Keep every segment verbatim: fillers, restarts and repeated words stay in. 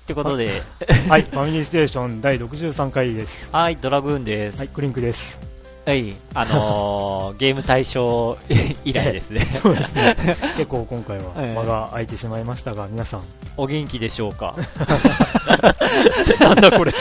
ってことではい、ファミリーステーションだいろくじゅうさんかいです。 はい、ドラグーンです。 はい、クリンクです。 はい、あのー、ゲーム大賞以来ですね。 そうですね。結構今回は間が空いてしまいましたが、皆さんお元気でしょうか。 なんだこれ。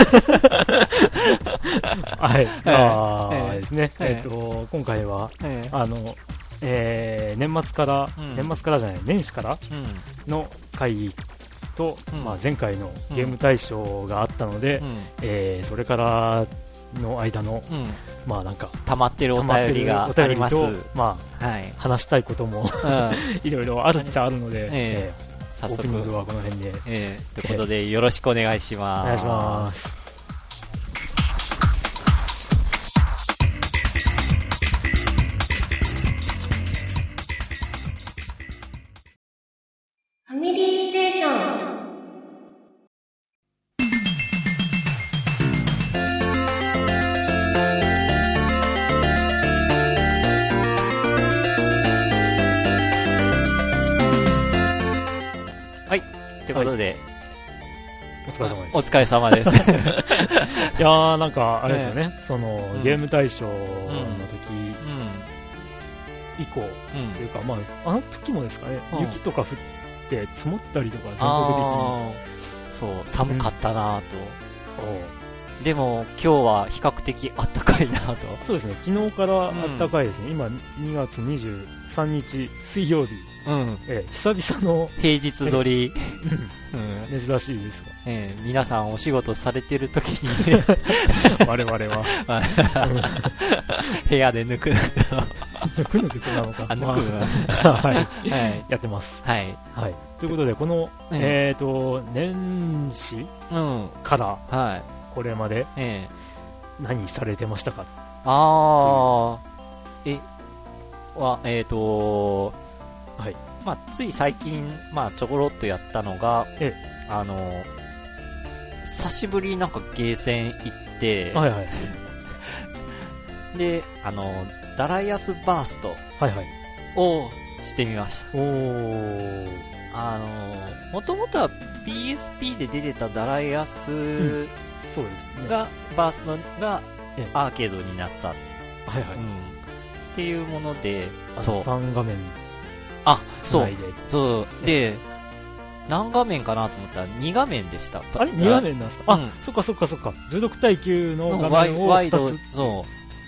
はい、あー、ですね。えっと今回はあの、えー、年末から、うん、年末からじゃない年始からの会議と、うん、まあ、前回のゲーム大賞があったので、うん、えー、それからの間の、うん、まあなんか溜まってるお便りがあります。 まあ、はい、話したいこともいろいろあるっちゃあるので、えー、早速オープニングはこの辺で、 えー、ということでよろしくお願いします。 お願いします。 ファミリーステーション。 はい、ということで、 はい、 お疲れ様です。 お疲れ様です。いやー、なんかあれですよね、その、うん、ゲーム大賞の時以降、うん、っていうか、まあ、あの時もですかね、うん、雪とか降って積もったりとか全国的にそう寒かったなと、うん、でも今日は比較的あったかいなと。 そうですね、昨日からあったかいですね、うん、今にがつにじゅうさんにち水曜日、うん、えー、久々の平日撮り、 えーうん、珍しいですが、 えー、皆さんお仕事されてる時に、ね、 我々は部屋で抜くぬくぬくとなのか、 あ、ぬくぬく、はい、はい、やってます。 はい、 はい。ということで、この、うん、えっ、ー、と、年始から、うん、はい、これまで、えー、何されてましたか。 あー、え、は、えっ、ー、と、はい。まあ、つい最近、まあ、ちょころっとやったのが、ええ、あの、久しぶりになんかゲーセン行って、はいはい。で、あの、ダライアスバーストをしてみました。はいはい、おあの、もともとは ピーエスピー で出てたダライアスが、うん、そうですね、バーストがアーケードになった。はいはい。うん、っていうもので、 そう。さん画面。 あ、そう。そう。で、何画面かなと思ったらに画面でした。 あれ ?に 画面なんですか、うん、あ、そっかそっかそっか。じゅうろくたいきゅうの画面をワイド、そう。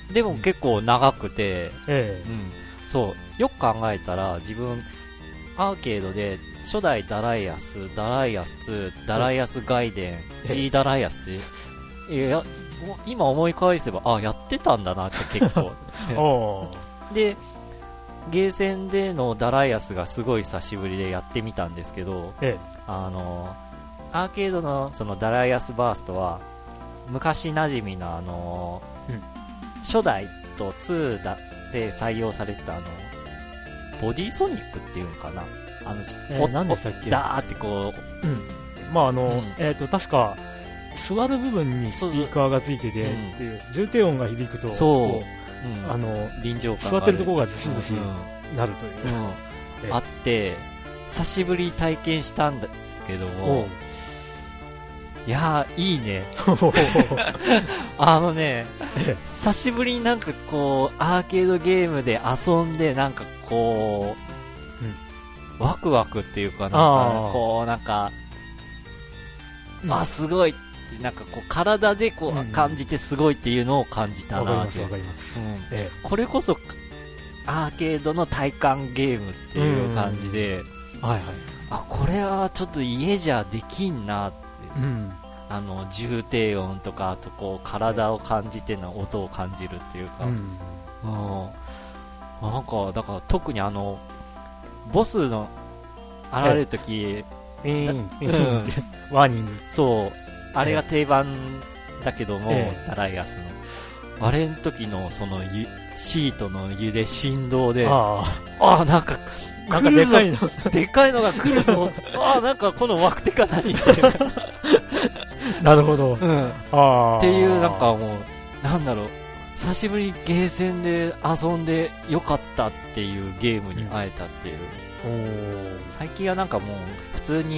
でも結構長くて、ええ、うん。そう。よく考えたら自分、アーケードで初代ダライアス、ダライアスツー、ダライアスガイデン、G ダライアスって、いや、今思い返せば、あ、やってたんだなって結構。で、ゲーセンでのダライアスがすごい久しぶりでやってみたんですけど、ええ、あのアーケードのそのダライアスバーストは昔馴染みのあの、うん、初代とツーだで採用されてたあのボディソニックっていうのかな、あの、 えー、何でしたっけ、 ダーってこう、うん、 まああの、うん、えっ、ー、と確か座る部分にスピーカーがついてて、うん、で重低音が響くと、 そう、 うん、あの臨場感座ってるところがずしずしなるという、うんうんえあって久しぶり体験したんですけども、いやーいいねあのね久しぶりになんかこうアーケードゲームで遊んでなんかこう、うん、ワクワクっていうかなんかこうなんか、うん、あすごいなんかこう体でこう感じてすごいっていうのを感じたなって、これこそアーケードの体感ゲームっていう感じで、はいはい、あこれはちょっと家じゃできんなって、うん、あの重低音とかあとこう体を感じての音を感じるっていうか、うんうん、なんかだから特にあのボスの現れるとき、えーうん、ワーニング、 そうあれが定番だけども、えー、ダライアスのあれの時のそのシートの揺れ振動で、ああなんかなんかでかいのでかいのが来るぞああなんかこのワクテか何なるほど、うん、 あっていうなんかもうなんだろう久しぶりにゲーセンで遊んでよかったっていうゲームに会えたっていう、うん、最近はなんかもう普通に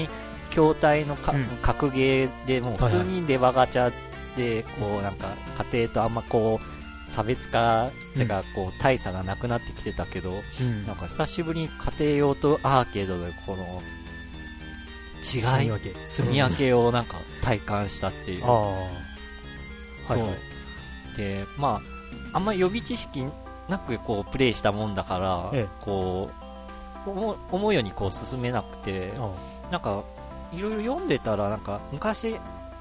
筐体のか、 うん、 格ゲーでもう普通にレバガチャでこうなんか家庭とあんまこう差別化ってかこう大差がなくなってきてたけど、うん、なんか久しぶりに家庭用とアーケードでこの違い積み分けをなんか体感したっていう、うん、あそう、はいはい、でまああんま予備知識なくこうプレイしたもんだから、ええ、こう思思うようにこう進めなくて、なんかいろいろ読んでたらなんか昔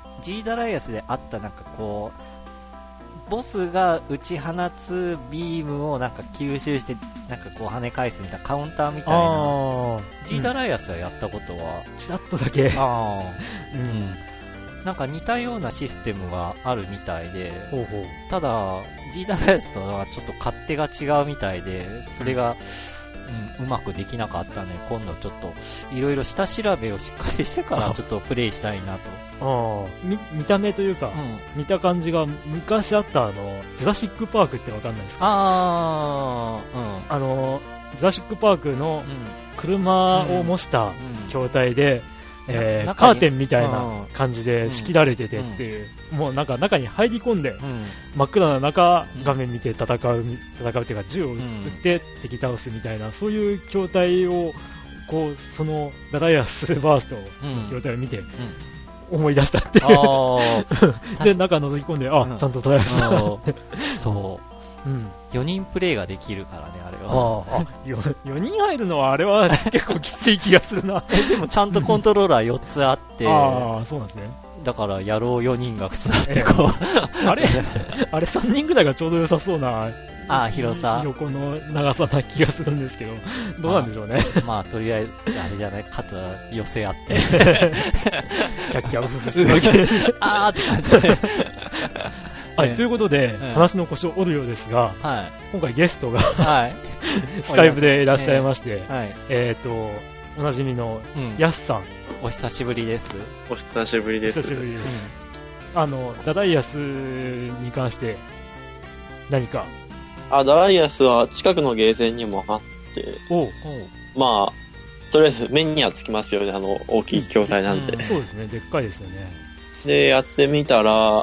G ダライアスであったなんかこうボスが打ち放つビームをなんか吸収してなんかこう跳ね返すみたいなカウンターみたいな G ダライアスはやったことはちらっとだけあ、うん、なんか似たようなシステムがあるみたいで、ほうほう、ただ G ダライアスとはちょっと勝手が違うみたいでそれが、うん、うまくできなかったね。今度ちょっといろいろ下調べをしっかりしてからちょっとプレイしたいなと。 あ見, 見た目というか、うん、見た感じが昔あったあのジュラシックパークってわかんないですか？ あ、 うん、あのジュラシックパークの車を模した筐体で、うんうんえー、カーテンみたいな感じで仕切られててっていう、うん、もうなんか中に入り込んで、うん、真っ暗な中画面見て戦う、戦うっていうか銃を撃って敵倒すみたいな、そういう筐体をこうそのダライアスバーストの筐体を見て、うん思い出したってで中覗き込んであ、うん、ちゃんとダライアスだそう、うん、よにんプレイができるからねあれは。ああ よ, よにん入るのはあれは結構きつい気がするなでもちゃんとコントローラーよっつあってああそうなんですね。 だからやろうよにんが育ってこう、 えー、あれあれさんにんぐらいがちょうど良さそうなあ広さ横の長さな気がするんですけどどうなんでしょうね。 まあ、まあ、とりあえずあれじゃない肩寄せ合ってキャッキャウフフするわけあーって感じではい、ということで、うん、話の腰を折るようですが、はい、今回ゲストが、はい、スカイプでいらっしゃいまして、はい、えっ、ー、とおなじみのヤスさん、 うん、お久しぶりです。 お久しぶりです。 久しぶりです。うん、あのダライアスに関して何か。 あ、ダライアスは近くのゲーセンにもあって、おうまあとりあえず目にはつきますよね、あの大きい筐体なんで、うんうん、そうですね、でっかいですよね。 でやってみたら、うん、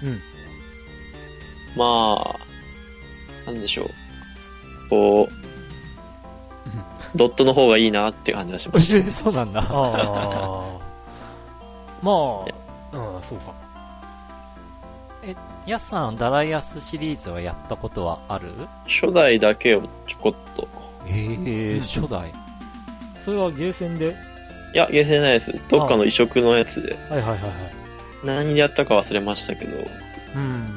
まあなんでしょう、こう、うん、ドットの方がいいなって感じがしましたそうなんだ。あまあ、うん、そうか。 え、ヤスさんダライアスシリーズはやったことはある？ 初代だけをちょこっと。 えー、うん、初代それはゲーセンで？ いやゲーセンないです。どっかの移植のやつで。 はいはいはいはい。 何でやったか忘れましたけど、うん、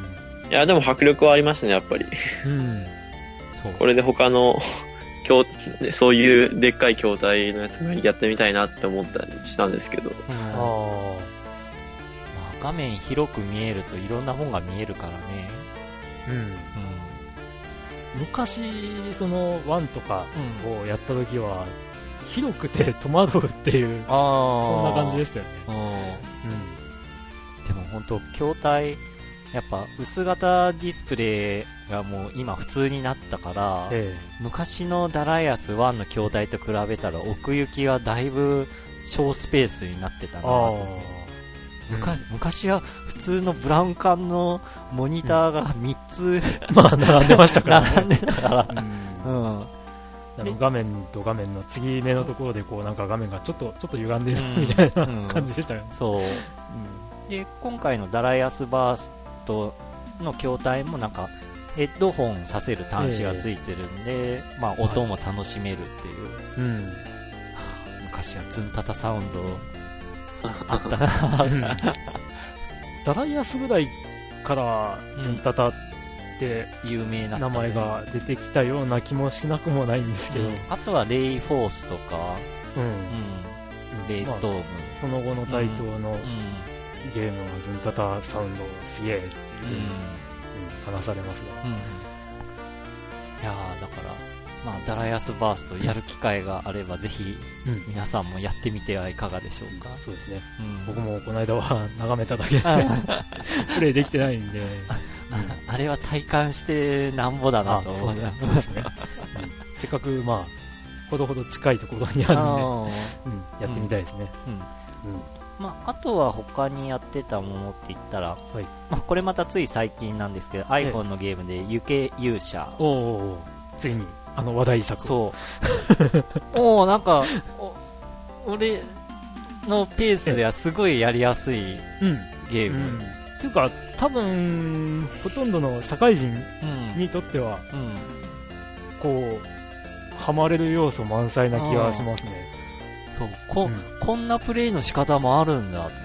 いやでも迫力はありましたねやっぱり、うん、そうこれで他のそういうでっかい筐体のやつもやってみたいなって思ったりしたんですけど、うん、あ画面広く見えるといろんな本が見えるからね。うん、うん、 昔そのワンとかをやった時は、うん、広くて戸惑うっていう、そんな感じでしたよね。うん、 でも本当筐体やっぱ薄型ディスプレイがもう今普通になったから、ええ、昔のダライアスワンの筐体と比べたら奥行きはだいぶ小スペースになってたなと。昔, うん、昔は普通のブラウン管のモニターがみっつ、 うん、まあ並んでましたからね並んでたから、うんうん、画面と画面の継ぎ目のところでこうなんか画面がちょっとちょっと歪んでるみたいな、うん、感じでしたよね、 うん、そう、うん、で今回のダライアスバーストの筐体もなんかヘッドホンさせる端子がついてるんで、えーまあ、音も楽しめるっていう、うん、昔はズンタタサウンドあったなダライアスぐらいからズンタタって有名な名前が出てきたような気もしなくもないんですけど、うん、 あとはレイフォースとか、うんうん、レイストーム、まあ、 その後の台頭のゲームはズンタタサウンドすげえっていう風に、うんうん、話されますが、うん、いやーだからまあ、ダライアスバーストやる機会があればぜひ皆さんもやってみてはいかがでしょうか、 うん、そうですね、うん、僕もこの間は眺めただけでプレイできてないんであ, あれは体感してなんぼだなと思う。 そうですね、うん、せっかくまあほどほど近いところにあるんで、うん、やってみたいですね、うんうん、 まあ、あとは他にやってたものって言ったら、はい、まあ、これまたつい最近なんですけど、iPhone のゲームで「行け勇者」 おお、ついにあの話題作。 そうおお、なんか俺のペースではすごいやりやすいゲーム、うんうん、 っていうか多分ほとんどの社会人にとっては、うんうん、こうハマれる要素満載な気がしますね。 そう こ,、うん、こんなプレイの仕方もあるんだと思って、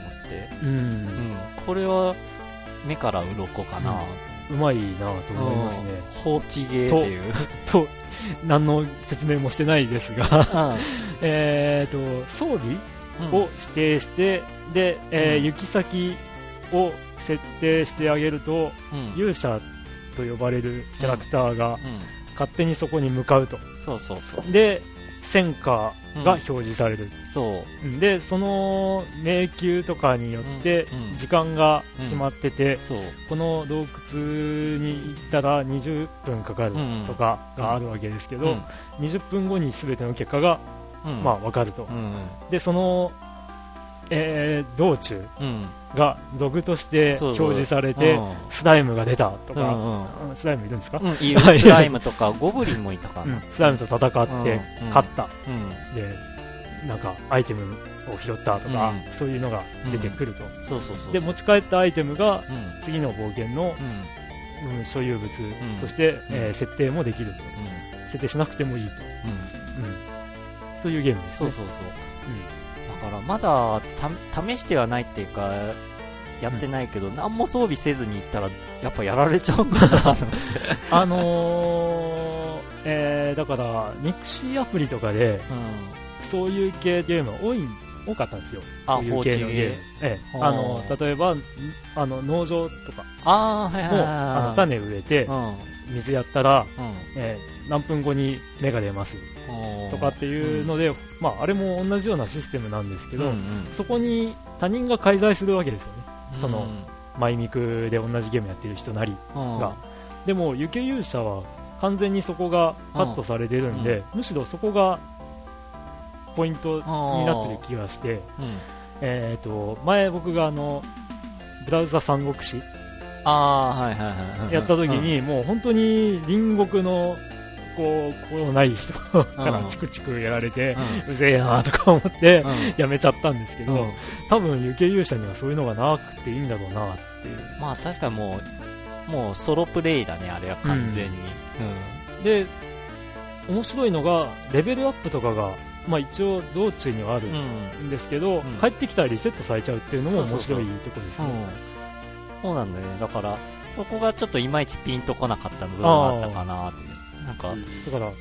うんうん、これは目から鱗かな、 うん、うまいなと思いますね。 放置ゲーっていうと何の説明もしてないですがえと装備を指定して、うん、で、えーうん、行き先を設定してあげると、うん、勇者と呼ばれるキャラクターが勝手にそこに向かうと、 そうそうそう、 で戦果が表示される、うん、 そうでその迷宮とかによって時間が決まってて、うんうん、この洞窟に行ったらにじゅっぷんかかるとかがあるわけですけど、うん、にじゅっぷんごに全ての結果が、うん、まあ、分かると、うんうん、でその、えー、道中がログとして表示されて、うん、スライムが出たとか、うんうん、スライムいるんですか、 うん、いるスライムとかゴブリンもいたかな、うん、 スライムと戦って勝った、うん、でなんかアイテムを拾ったとか、うん、そういうのが出てくると、うん、そうそうそうそう、で持ち帰ったアイテムが次の冒険の、うんうん、所有物として、うん、えー、設定もできると、うん、設定しなくてもいいと、うんうん、そういうゲームですね。そうそうそう、 うん、だからまだ試してはないっていうかやってないけど、うん、何も装備せずに行ったらやっぱやられちゃうかなあのー、えー、だからミクシーアプリとかで、うん、そういう系ゲームは多い多かったんですよ。そういう系のゲーム、ええ、あの例えばあの農場とかあ、はいはいはいはい、 あの種植えて、うん、水やったら、うん、えー、何分後に芽が出ますとかっていうので、うん、まあ、あれも同じようなシステムなんですけど、うんうん、そこに他人が介在するわけですよね、うん、そのマイミクで同じゲームやってる人なりが、うん、でも行け勇者は完全にそこがカットされてるんで、うん、むしろそこがポイントになってる気がして、うん、えー、と前僕があのブラウザ三国志やった時に、うん、もう本当に隣国のこうこうない人からチクチクやられて、うん、うぜえなとか思ってやめちゃったんですけど、うん、多分行け勇者にはそういうのがなくていいんだろうなっていう。 まあ確かにもうもうソロプレイだね、あれは完全に、 うんうん、で面白いのがレベルアップとかがまあ、一応道中にはあるんですけど、うん、帰ってきたらリセットされちゃうっていうのも面白いところですね。 そうなんだよね。だからそこがちょっといまいちピンとこなかったのがあったかなって。なんかだから、うん、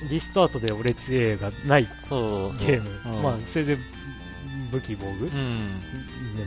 リスタートで俺強えがないゲーム、うん、まあせいぜい武器防具、うん、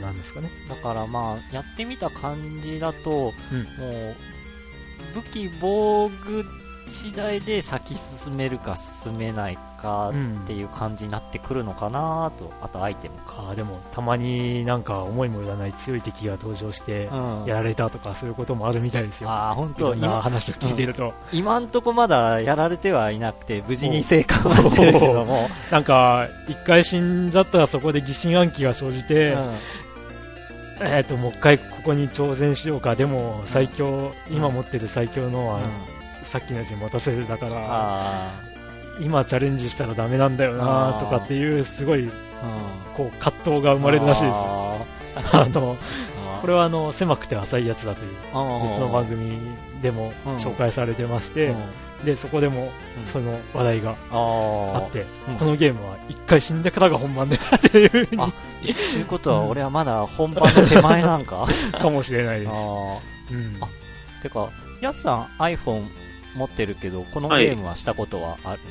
なんですかね。 だからまあやってみた感じだと、うん、もう武器防具次第で先進めるか進めないかっていう感じになってくるのかなと、うん、あとアイテムか。でもたまになんか思いもよらない強い敵が登場してやられたとかそういうこともあるみたいですよ、うん、あ本当いろんな話を聞いてると、うん、 今んとこまだやられてはいなくて無事に生還はしてるけどもなんか一回死んじゃったらそこで疑心暗鬼が生じて、うん、えーともう一回ここに挑戦しようか、でも最強、うん、今持ってる最強のは、うん、さっきのやつに持たせてたから今チャレンジしたらダメなんだよなとかっていうすごいこう葛藤が生まれるらしいですよ。あのこれはあの狭くて浅いやつだという別の番組でも紹介されてまして、でそこでもその話題があって、このゲームは一回死んでからが本番ですっていう風に。あ、 ということは俺はまだ本番の手前なんかかもしれないです。あ、 うん、あてかやすさん iPhone 持ってるけどこのゲームはしたことはある？はい、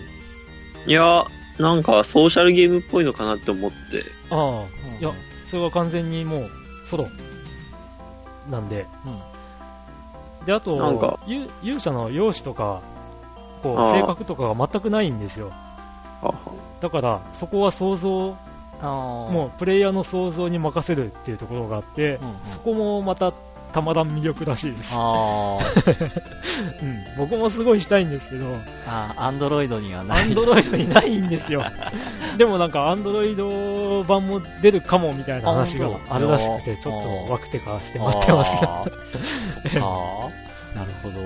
いやなんかソーシャルゲームっぽいのかなって思って。 ああ、うん、いやそれは完全にもうソロなんで、うん、であとなんか勇者の容姿とかこう性格とかが全くないんですよ。だからそこは想像、もうプレイヤーの想像に任せるっていうところがあって、うんうん、そこもまたたまらん魅力らしいです。 あ、 うん、僕もすごいしたいんですけど、 あ、アンドロイドにはない。 アンドロイドにないんですよ。でもなんかアンドロイド版も出るかもみたいな話があるらしくて、ちょっとワクテカして待ってます。あそっか、なるほど。うん、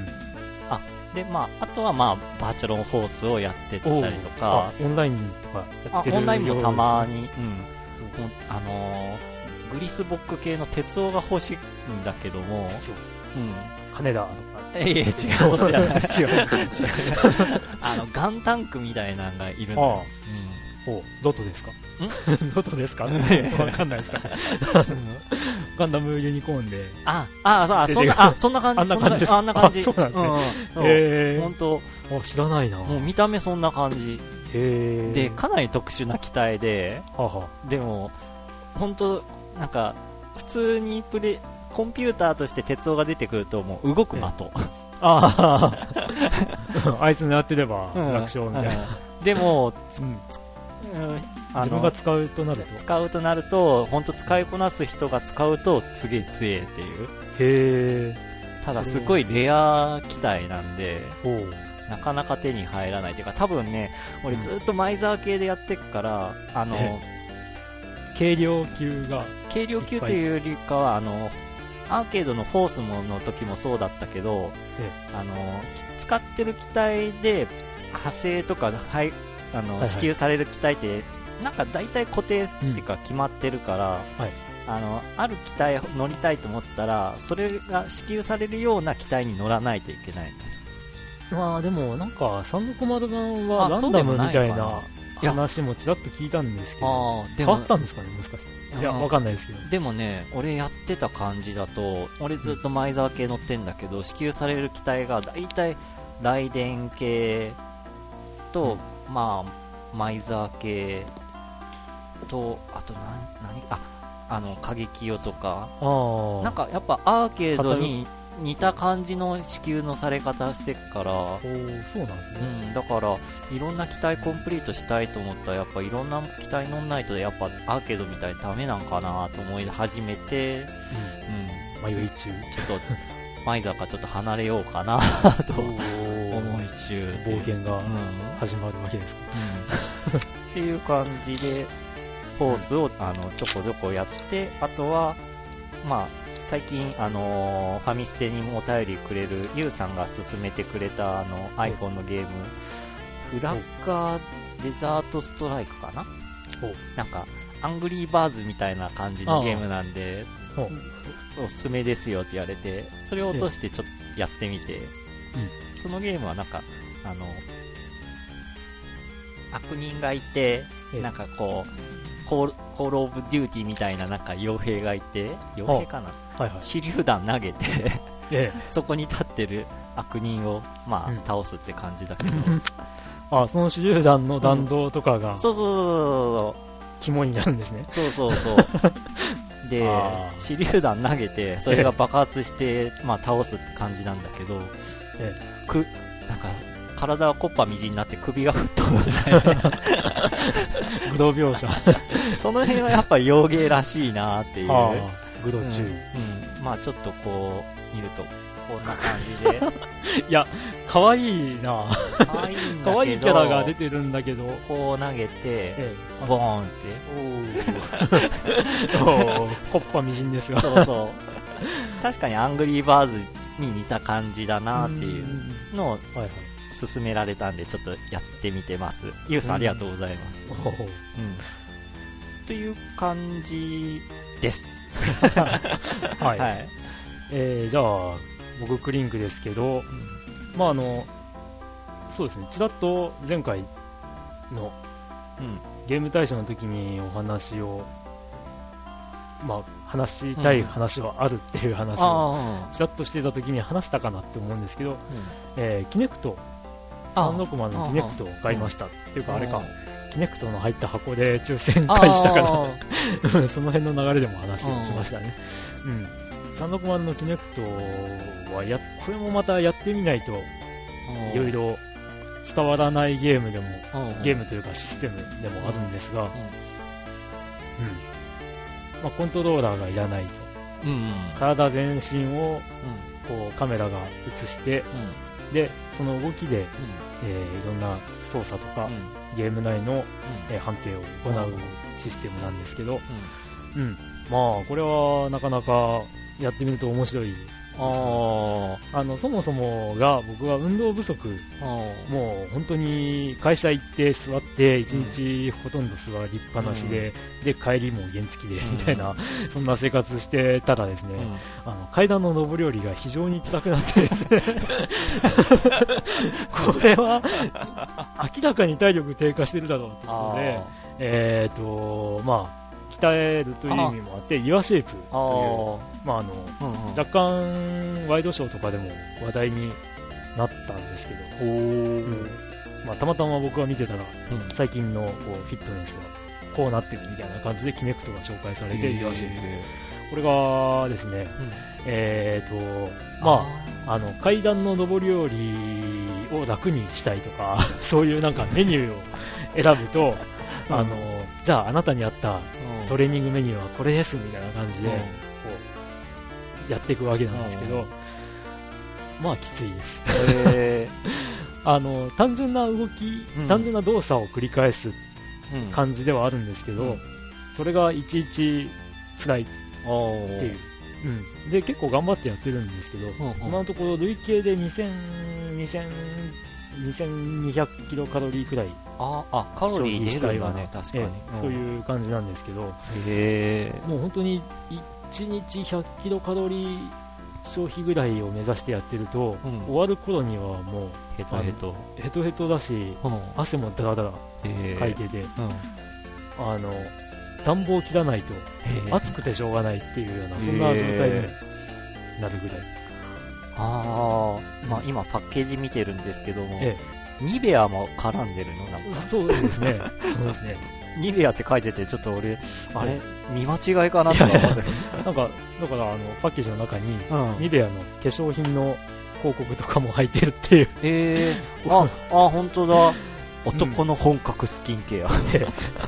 あ、で、まあ、あとはまあ、バーチャルホースをやってたりとか、 オンラインとかやってるようですね。 オンラインもたまに、うん、あのー、グリスボック系の鉄王が欲しいんだけども、 うん、金田とか。 ええ、違う、そっちじゃない。違う。違う。あの、ガンタンクみたいなのがいるんだ。ああ、 うん、お、ロトですか？んロトですか？わかんないですか？ガンダムユニコーンで。 あ、あ、あ、そんな、あ、そんな感じ。 あんな感じ。 あんな感じ。 そうなんですね。 へえ。ほんと。 知らないな。 もう見た目そんな感じ。へえ。で、かなり特殊な機体で、ははでも、ほんと、なんか、普通にプレ、コンピューターとして鉄夫が出てくるともう動く的。 ああ。あいつ狙ってれば楽勝みたいな。 でも、 自分が使うとなると使うとなると、本当使いこなす人が使うとすげえ強えっていう。 へえ。 ただすごいレア機体なんで、なかなか手に入らないというか、多分ね、俺ずっとマイザー系でやってっから、あの、 軽量級が軽量級というよりかは、あの、アーケードのフォースモの時もそうだったけど、あの、使ってる機体で派生とか、はい、あの、はいはい、支給される機体ってなんか大体固定っていうか決まってるから、うん、はい、あのある機体乗りたいと思ったらそれが支給されるような機体に乗らないといけない。 まあでもなんかさんろくまる版はランダムみたいな話もちらっと聞いたんですけど、変わったんですかね、もしかして。いや、わかんないですけど。 でもね、俺やってた感じだと、俺ずっとマイザー系乗ってんだけど、支給される機体が大体雷電系と、うん、まあマイザー系と、あと何、何、あ、あの過激よとか、なんかやっぱアーケードに似た感じの支給のされ方してから、おそうなんですね、 うん、だからいろんな機体コンプリートしたいと思ったらやっぱいろんな機体乗んないとやっぱアーケードみたいにダメなんかなと思い始めて、うんうん、迷い中、ちょっとマイザーからちょっと離れようかなと思い中、 冒険が始まるわけですか、 うんうん、っていう感じでコースをあのちょこちょこやって、あとはまあ最近、あのー、ファミステにもお便りくれるユウさんが勧めてくれたあの iPhone のゲーム、フラッガーデザートストライクかな、なんかアングリーバーズみたいな感じのゲームなんでおすすめですよって言われて、それを落としてちょっとやってみて、うん、そのゲームはなんかあの悪人がいて、なんかこうコール、コールオブデューティーみたいななんか傭兵がいて、傭兵かな、はいはい、手榴弾投げてええ、そこに立ってる悪人を、まあうん、倒すって感じだけどあ、その手榴弾の弾道とかが、うん、 そうそうそう肝になるんですね。 そうそうそうで手榴弾投げてそれが爆発して、ええ、まあ、倒すって感じなんだけど、ええ、くなんか体はコッパみじんになって首が吹っ飛ぶみたいな武道描写その辺はやっぱ洋芸らしいなっていう、 武道中、うんうん、まあちょっとこう見るとこんな感じでいや可愛いな可愛いんだけど可愛いキャラが出てるんだけど、 こう投げて、ええ、ボーンっておコッパみじんですがそうそう確かにアングリーバーズに似た感じだなっていうのを、はいはい、勧められたんでちょっとやってみてます。ゆうさん、うん、ありがとうございます、うん、という感じですはい、はい、えー、じゃあ僕クリンクですけど、うん、まああのそうですね、ちらっと前回の、うん、ゲーム大賞の時にお話をまあ話したい話はあるっていう話をちらっとしてた時に話したかなって思うんですけど、うん、えー、キネクトさんろくまるのキネクトを買いましたっていうか、あれかキネクトの入った箱で抽選会したからその辺の流れでも話をしましたね。うん、さんろくまるのキネクトはやこれもまたやってみないといろいろ伝わらないゲームでもゲームというかシステムでもあるんですが、うん、まあ、コントローラーがいらないとうんうん、 体全身をこうカメラが映して、うん、でその動きで、うんえー、いろんな操作とか、うん、ゲーム内の、うんえー、判定を行うシステムなんですけど、うんうん、まあこれはなかなかやってみると面白いですね。ああのそもそもが僕は運動不足、もう本当に会社行って座って一日ほとんど座りっぱなしで、うん、で帰りも原付でみたいな、うん、そんな生活してたらですね、うん、あの階段の上り下りが非常に辛くなってですねこれは明らかに体力低下してるだろうということで、えーとまあ鍛えるという意味もあってユアシェイプという、まああのうんうん、若干ワイドショーとかでも話題になったんですけど、うんまあ、たまたま僕が見てたら、うん、最近のこうフィットネスはこうなってるみたいな感じでキネクトが紹介されてユアシェイプ、これがですね、うん、えーとまああの階段の上り下りを楽にしたいとかそういうなんかメニューを選ぶとあのじゃああなたに合ったトレーニングメニューはこれですみたいな感じでこうやっていくわけなんですけど、まあきついですへあの単純な動き、うん、単純な動作を繰り返す感じではあるんですけど、うん、それがいちいち辛いっていう、うん、で結構頑張ってやってるんですけど、うんうん、今のところ累計でにせんにひゃくキロカロリーくらいああカロリー出るんだね、確かに、ええ、そういう感じなんですけど、へもう本当にいちにちひゃくキロカロリー消費ぐらいを目指してやってると、うん、終わる頃にはもうヘトヘトヘトヘトだし、うん、汗もダラダラかいてて、うん、あの暖房切らないと暑くてしょうがないっていうようなそんな状態になるぐらい。 ああ、まあ今パッケージ見てるんですけども、ええ、ニベアも絡んでるのなんかそうですねそうですねニベアって書いててちょっと俺あれ見間違いかなって思ってなんかだからあのパッケージの中に、うん、ニベアの化粧品の広告とかも入ってるっていうえー、ああ本当だ男の本格スキンケア、うん、へ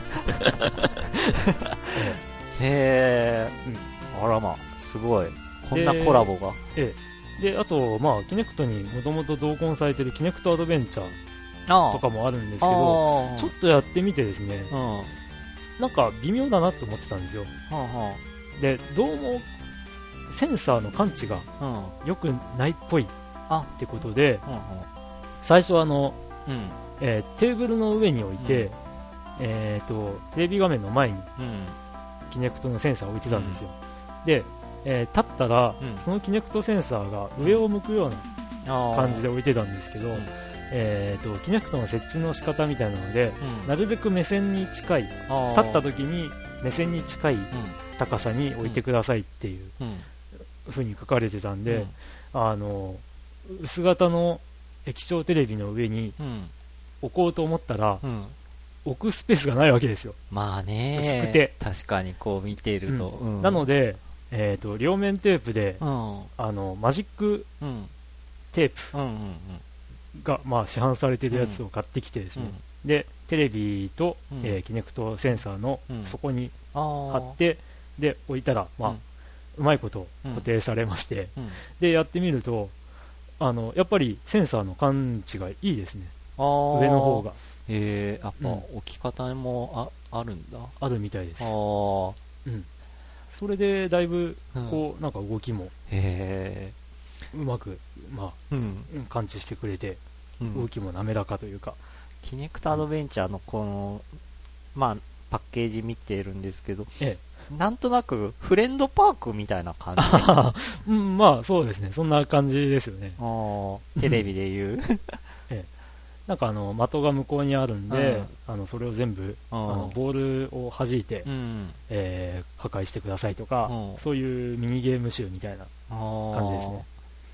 え、うん、あらまあすごいこんなコラボがええであと、まあ、キネクトにもともと同梱されてるキネクトアドベンチャーとかもあるんですけどちょっとやってみてですね、うん、なんか微妙だなと思ってたんですよ、はあはあ、でどうもセンサーの感知が良くないっぽいってことで、うん、最初はあの、うんえー、テーブルの上に置いて、うんえー、とテレビ画面の前にキネクトのセンサーを置いてたんですよ、うん、でえー、立ったら、うん、そのキネクトセンサーが上を向くような感じで置いてたんですけど、うんえー、とキネクトの設置の仕方みたいなので、うん、なるべく目線に近い立った時に目線に近い高さに置いてくださいっていう風に書かれてたんで、うん、あの薄型の液晶テレビの上に置こうと思ったら、うん、置くスペースがないわけですよ。 まあね薄くて確かにこう見ていると、 うんうん、なのでえー、と両面テープで、うん、あのマジックテープが、まあ、市販されているやつを買ってきてですね、うん、でテレビと、うんえー、キネクトセンサーの底に貼って、うん、で置いたら、まあうん、うまいこと固定されまして、うん、でやってみるとあのやっぱりセンサーの感知がいいですね上の方が、 えー、やっぱ置き方も あ, あるんだあるみたいです。あ、うんそれでだいぶこう、うん、なんか動きもうまく、まあうん、感知してくれて、うん、動きも滑らかというかキネクトアドベンチャーのこの、まあ、パッケージ見てるんですけど、ええ、なんとなくフレンドパークみたいな感じ、うん、まあそうですねそんな感じですよねあテレビでいう、 ええなんかあの的が向こうにあるんで、うん、あのそれを全部あのボールを弾いて、うんえー、破壊してくださいとか、うん、そういうミニゲーム集みたいな感じですね。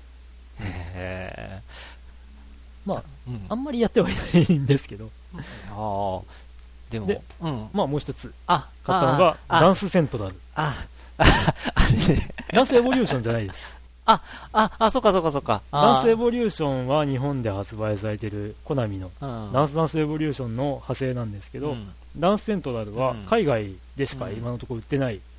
へまあ、うん、あんまりやってはいないんですけどあでもで、うん、まあもう一つ買ったのがダンスセントラルあああれ、ね、ダンスエボリューションじゃないですあ、あ、あ、そっかそっかそっか。 ダンスエボリューションは日本で発売されているコナミの、うん、ダンスダンスエボリューションの派生なんですけど、うん、ダンスセントラルは海外でしか今のところ売ってない、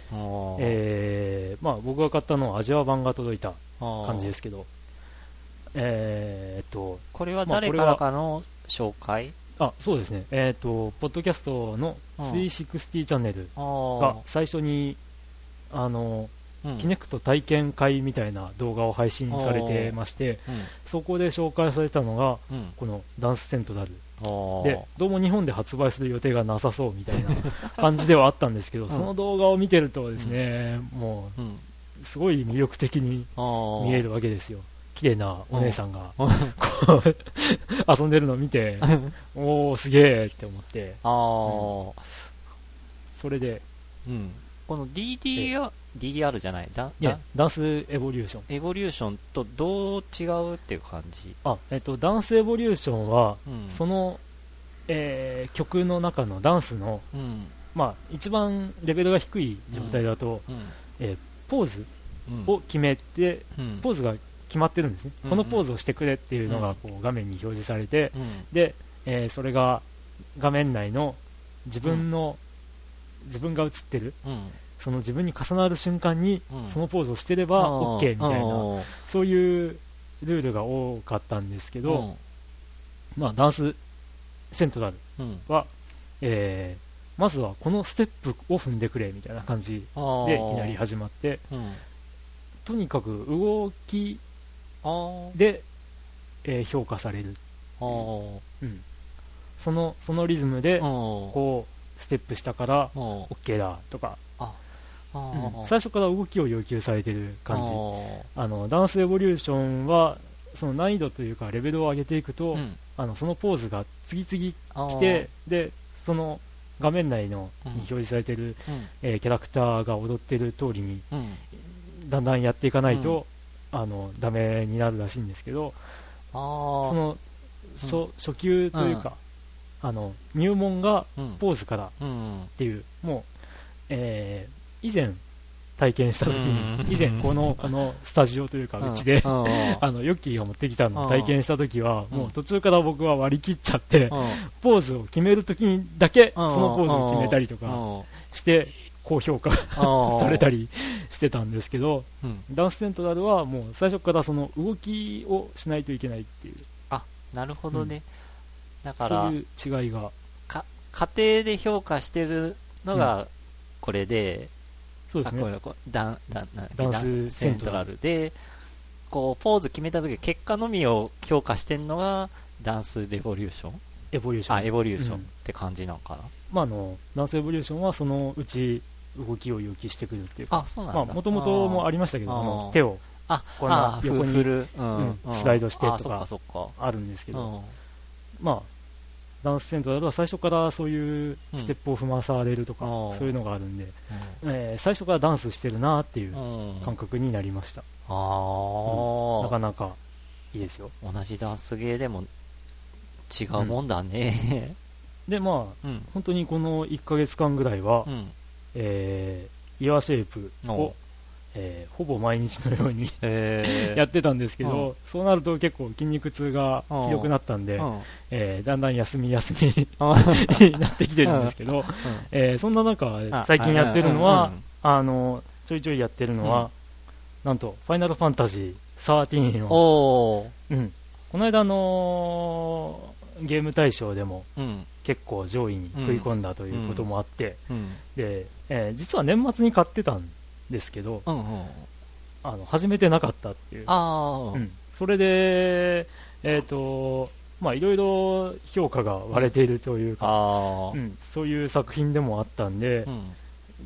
えーまあ、僕が買ったのはアジア版が届いた感じですけど、えー、っとこれは誰からかの紹介？ あ、そうですね、えー、っとポッドキャストのスリーシックスティチャンネルが最初にあのうん、キネクト体験会みたいな動画を配信されてまして、うん、そこで紹介されたのが、うん、このダンスセントラルで、どうも日本で発売する予定がなさそうみたいな感じではあったんですけど、うん、その動画を見てるとですね、うん、もうすごい魅力的に見えるわけですよ。綺麗なお姉さんがこう遊んでるのを見ておーすげーって思って、あ、うん、それで、 うん、この ディーディーアールディーディーアール じゃないダいやダンスエボリューションエボリューションとどう違うっていう感じ？ あ、えっと、ダンスエボリューションは、うん、その、えー、曲の中のダンスの、うん、まあ、一番レベルが低い状態だと、うん、えー、ポーズを決めて、うん、ポーズが決まってるんですね、うん、このポーズをしてくれっていうのがこう画面に表示されて、うん、で、えー、それが画面内の自分の、うん、自分が映ってる、うん、その自分に重なる瞬間にそのポーズをしてれば OK みたいな、うん、そういうルールが多かったんですけど、うん、まあ、ダンスセントラルは、うん、えー、まずはこのステップを踏んでくれみたいな感じでいきなり始まって、うん、とにかく動きで、えー、評価される、うん、その、そのリズムでこうステップしたから OK だとか、うん、最初から動きを要求されている感じ。あのダンスエボリューションはその難易度というかレベルを上げていくと、うん、あのそのポーズが次々来て、でその画面内のに表示されている、うん、えー、キャラクターが踊っている通りに、うん、だんだんやっていかないと、うん、あのダメになるらしいんですけど、あその 初,、うん、初級というか、うん、あの入門がポーズからっていう、うん、もう、えー以前体験した時に、以前このこのスタジオというかうちであのヨッキーが持ってきたのを体験した時はもう途中から僕は割り切っちゃってポーズを決める時にだけそのポーズを決めたりとかして高評価されたりしてたんですけど、ダンスセントラルはもう最初からその動きをしないといけないっていう。 あ、なるほどね、うん、だからそういう違いがか家庭で評価してるのがこれで、うん、そうですね、これこうダンダンダンスセントラルでこうポーズ決めた時結果のみを評価してるのがダンスレボリューションエボリューションあエボリューションって感じなのかな、うん、 まあ、あのダンスエボリューションはそのうち動きを要求してくるっていうか、 あ、そうなんだ、 まあ、もともともありましたけど、あの手をあこの横に振る、 うんうん、スライドしてとかあるんですけど、まあダンスセントラルは最初からそういうステップを踏まされるとか、うん、そういうのがあるんで、うん、えー、最初からダンスしてるなっていう感覚になりました、うん、なかなかいいですよ。 同じダンスゲーでも違うもんだね、 うん、でまあ、うん、本当にこのいっかげつかんぐらいは、うん、えー、イヤーシェイプをえー、ほぼ毎日のようにやってたんですけど、うん、そうなると結構筋肉痛がひどくなったんで、うんえー、だんだん休み休みになってきてるんですけど、うんえー、そんな中最近やってるのは、あのちょいちょいやってるのは、うん、なんとファイナルファンタジーサーティーンを、うん、この間のゲーム大賞でも結構上位に食い込んだということもあって、うんうん、でえー、実は年末に買ってたんですけど、うんうん、あの始めてなかったっていう、あ、うん、それでえっ、ー、とまあいろいろ評価が割れているというか、うん、そういう作品でもあったんで、うん、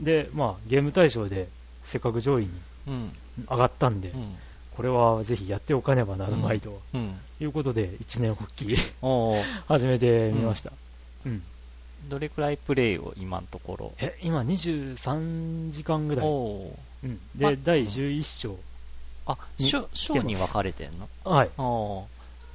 でまあゲーム大賞でせっかく上位に上がったんで、うん、これはぜひやっておかねばならないと、うん、いうことで一年発起始めてみました、うんうん、 どれくらいプレイを今のところ？ え今にじゅうさんじかんぐらい、うん、でだいじゅういっ章、 あ、章に分かれてんの？ はい、うん、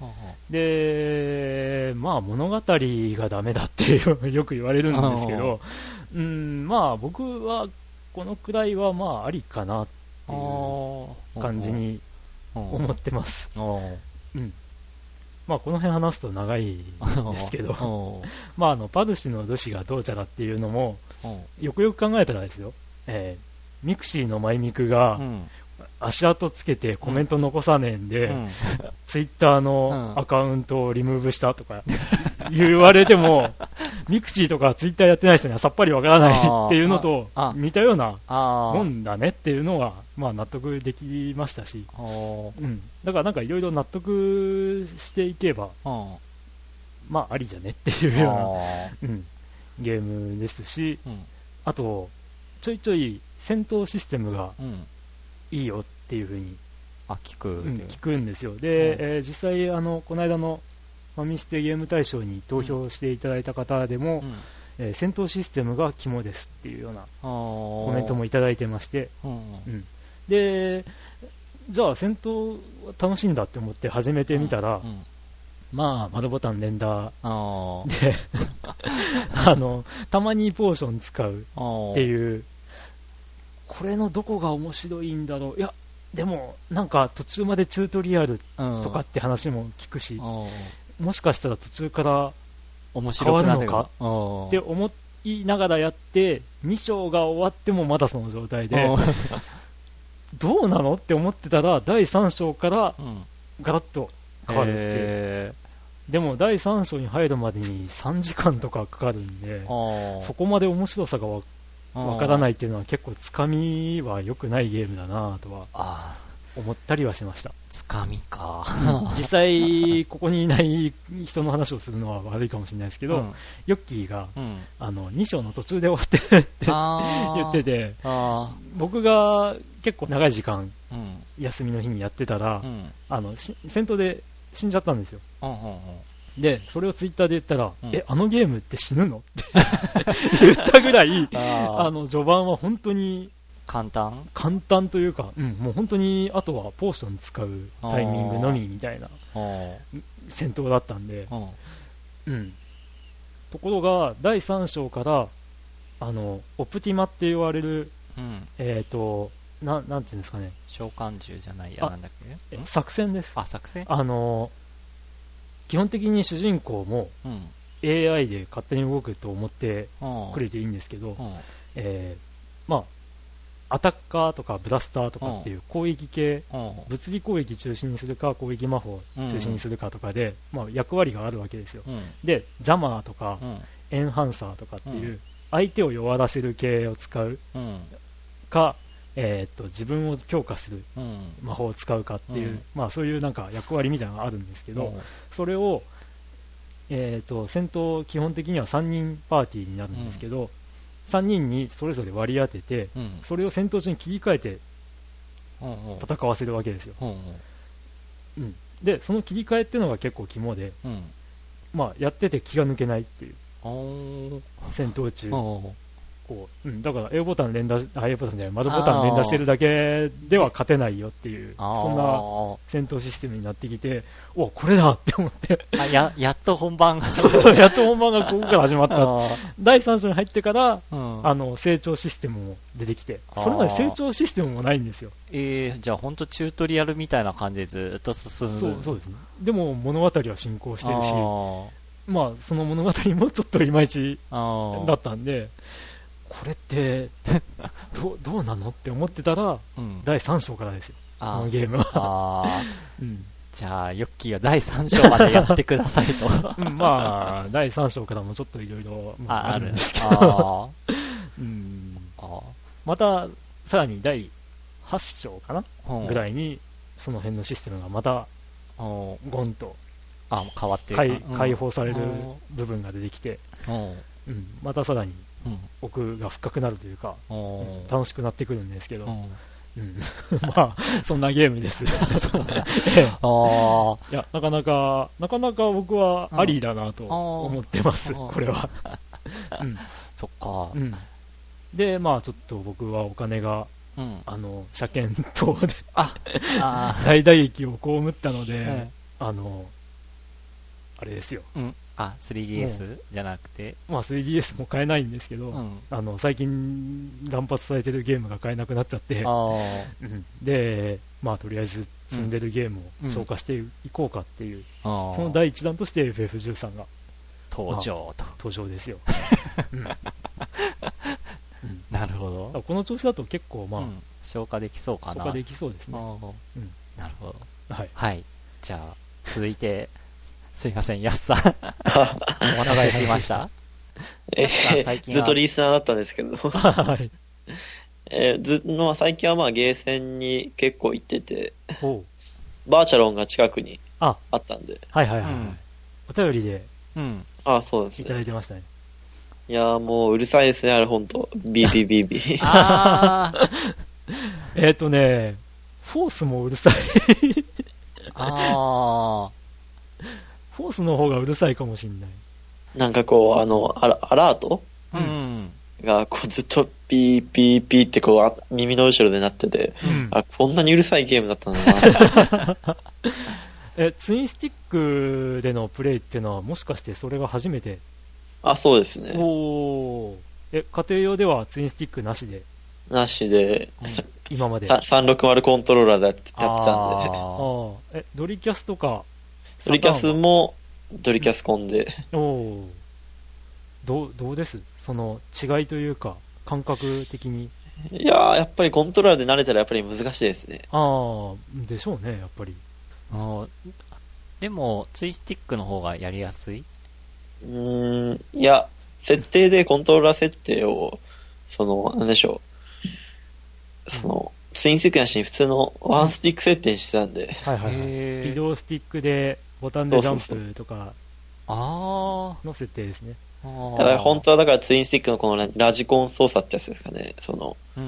でまあ物語がダメだってよく言われるんですけど、うん、まあ僕はこのくらいはまあありかなっていう感じに思ってます、うん、まあこの辺話すと長いんですけどまああのパルシのドシがどうちゃらっていうのもよくよく考えたらですよ、 えー、ミクシーのマイミクが、うん、足跡つけてコメント残さねえんで、うん、ツイッターのアカウントをリムーブしたとか言われても、ミクシーとかツイッターやってない人にはさっぱりわからないっていうのと似たようなもんだねっていうのは、まあ、納得できましたし、うん、だからなんかいろいろ納得していけば、まあありじゃねっていうような、うん、ゲームですし、うん、あとちょいちょい戦闘システムがいいよっていう風に、 あ、聞く、 うん、聞くんですよ。で、うん、えー、実際あのこの間のファミステゲーム大賞に投票していただいた方でも、うん、えー、戦闘システムが肝ですっていうようなコメントもいただいてまして、うんうん、でじゃあ戦闘楽しいんだって思って始めてみたら、うんうん、まあ丸ボタン連打であのたまにポーション使うっていう、これのどこが面白いんだろう。いやでもなんか途中までチュートリアルとかって話も聞くし、もしかしたら途中から変わるのかって思いながらやってに章が終わってもまだその状態でどうなのって思ってたらだいさん章からガラッと変わるっていう、でもだいさん章に入るまでにさんじかんとかかかるんで、そこまで面白さがわわからないっていうのは結構つかみは良くないゲームだなとは思ったりはしました。 つかみか実際ここにいない人の話をするのは悪いかもしれないですけど、うん、ヨッキーが、うん、あのに章の途中で終わってって言ってて、僕が結構長い時間、うん、休みの日にやってたら、うん、あの戦闘で死んじゃったんですよ、うんうんうん、でそれをツイッターで言ったら、うん、えあのゲームって死ぬのって言ったぐらいあの序盤は本当に簡単簡単というか、うん、もう本当にあとはポーション使うタイミングのみみたいな戦闘だったんで、うん、ところがだいさん章からあのオプティマって言われる、うん、えっ、ー、とななんていうんですかね、 召喚獣じゃないや、なんだっけ、 作戦です。 あ、作戦。 あの基本的に主人公も、うん、エーアイ で勝手に動くと思ってくれていいんですけど、うん、えー、まあアタッカーとかブラスターとかっていう攻撃系、うん、物理攻撃中心にするか攻撃魔法中心にするかとかで、うん、まあ、役割があるわけですよ、うん、でジャマーとか、うん、エンハンサーとかっていう相手を弱らせる系を使うか、えー、っと自分を強化する魔法を使うかっていう、まあ、そういうなんか役割みたいなのがあるんですけど、それを、えー、っと戦闘基本的にはさんにんパーティーになるんですけど、さんにんにそれぞれ割り当てて、うん、それを戦闘中に切り替えて戦わせるわけですよ、うんうんうん、でその切り替えっていうのが結構肝で、うん、まあ、やってて気が抜けないっていう戦闘中こう、うん、だから A ボタン連打し、あ A ボタンじゃない丸ボタン連打してるだけでは勝てないよっていうそんな戦闘システムになってきて、おこれだって思ってあ や, やっと本番がやっと本番がここから始まっただいさん章に入ってから、うん、あの成長システムも出てきて、それまで成長システムもないんですよ。 えー、じゃあ本当チュートリアルみたいな感じでずっと進む。 そうそうですね。でも物語は進行してるし、まあその物語もちょっといまいちだったんで、これってど, どうなのって思ってたら、うん、だいさん章からですよ、このゲームは。あ、 うん、じゃあヨッキーがだいさん章までやってくださいと、 うん、まあだいさん章からもちょっといろいろあるんですけど、うん、あまたさらにだいはち章かな、うん、ぐらいにその辺のシステムがまたゴンとあ変わって解、解放される部分が出てきて、うんうん、またさらにうん、奥が深くなるというか、うん、楽しくなってくるんですけど、うんうん、まあそんなゲームですあいやなかなかなかなか僕はありだなと思ってます、これは、 うん、そっか、うん、 でまあちょっと僕はお金が、うん、あの車検等でああ大打撃を被ったので、うん、あのあれですよ、うんあ スリーディーエス じゃなくて、 まあ、スリーディーエス も買えないんですけど、うん、あの最近乱発されてるゲームが買えなくなっちゃって、うん、で、まあ、とりあえず積んでるゲームを消化していこうかっていう、うん、その第一弾として エフエフじゅうさん が登場と、 まあ、登場ですよ、うんうん、 なるほど。 この調子だと結構まあ、うん、 消化できそうかな。 消化できそうですね。 うん、なるほど。 はい。 はい。じゃあ、続いて、すいません、やすさん。お願いしました。 えー、ずっとリスナーだったんですけど。はい。えー、ずの最近はまあゲーセンに結構行ってて、バーチャロンが近くにあったんで。 はいはいはい。うん、お便りで、 うん。 あ、そうですね。 いただいてましたね。 いやーもううるさいですね、あれほんと。ビービービービー。あー。えっとね、フォースもうるさい。 あー。 フォースの方がうるさいかもしんない。 なんかこう、あの、アラ、アラートうん。 がこうずっとピーピーピーってこう耳の後ろで鳴ってて、うん、あ、こんなにうるさいゲームだったんだな。 え、ツインスティックでのプレイっていうのはもしかしてそれが初めて？ あ、そうですね。 おー。え、家庭用ではツインスティックなしで？ なしで、 うん、今まで。 さんろくまるコントローラーでやってたんで。 あえ、ドリキャスとか？ ドリキャスもドリキャスコンで。 うん、おー。どう、どうですその違いというか、感覚的に。 いやー、やっぱりコントローラーで慣れたらやっぱり難しいですね。 ああ、でしょうね、やっぱり。 あでも、ツイスティックの方がやりやすい？ うーん、いや、設定でコントローラー設定を、その、なんでしょう。その、ツインスティックなしに普通のワンスティック設定にしてたんで。 はいはいはい。移動スティックでボタンでジャンプとかの設定ですね。 だから本当はだからツインスティックのこのラジコン操作ってやつですかね。その、うん、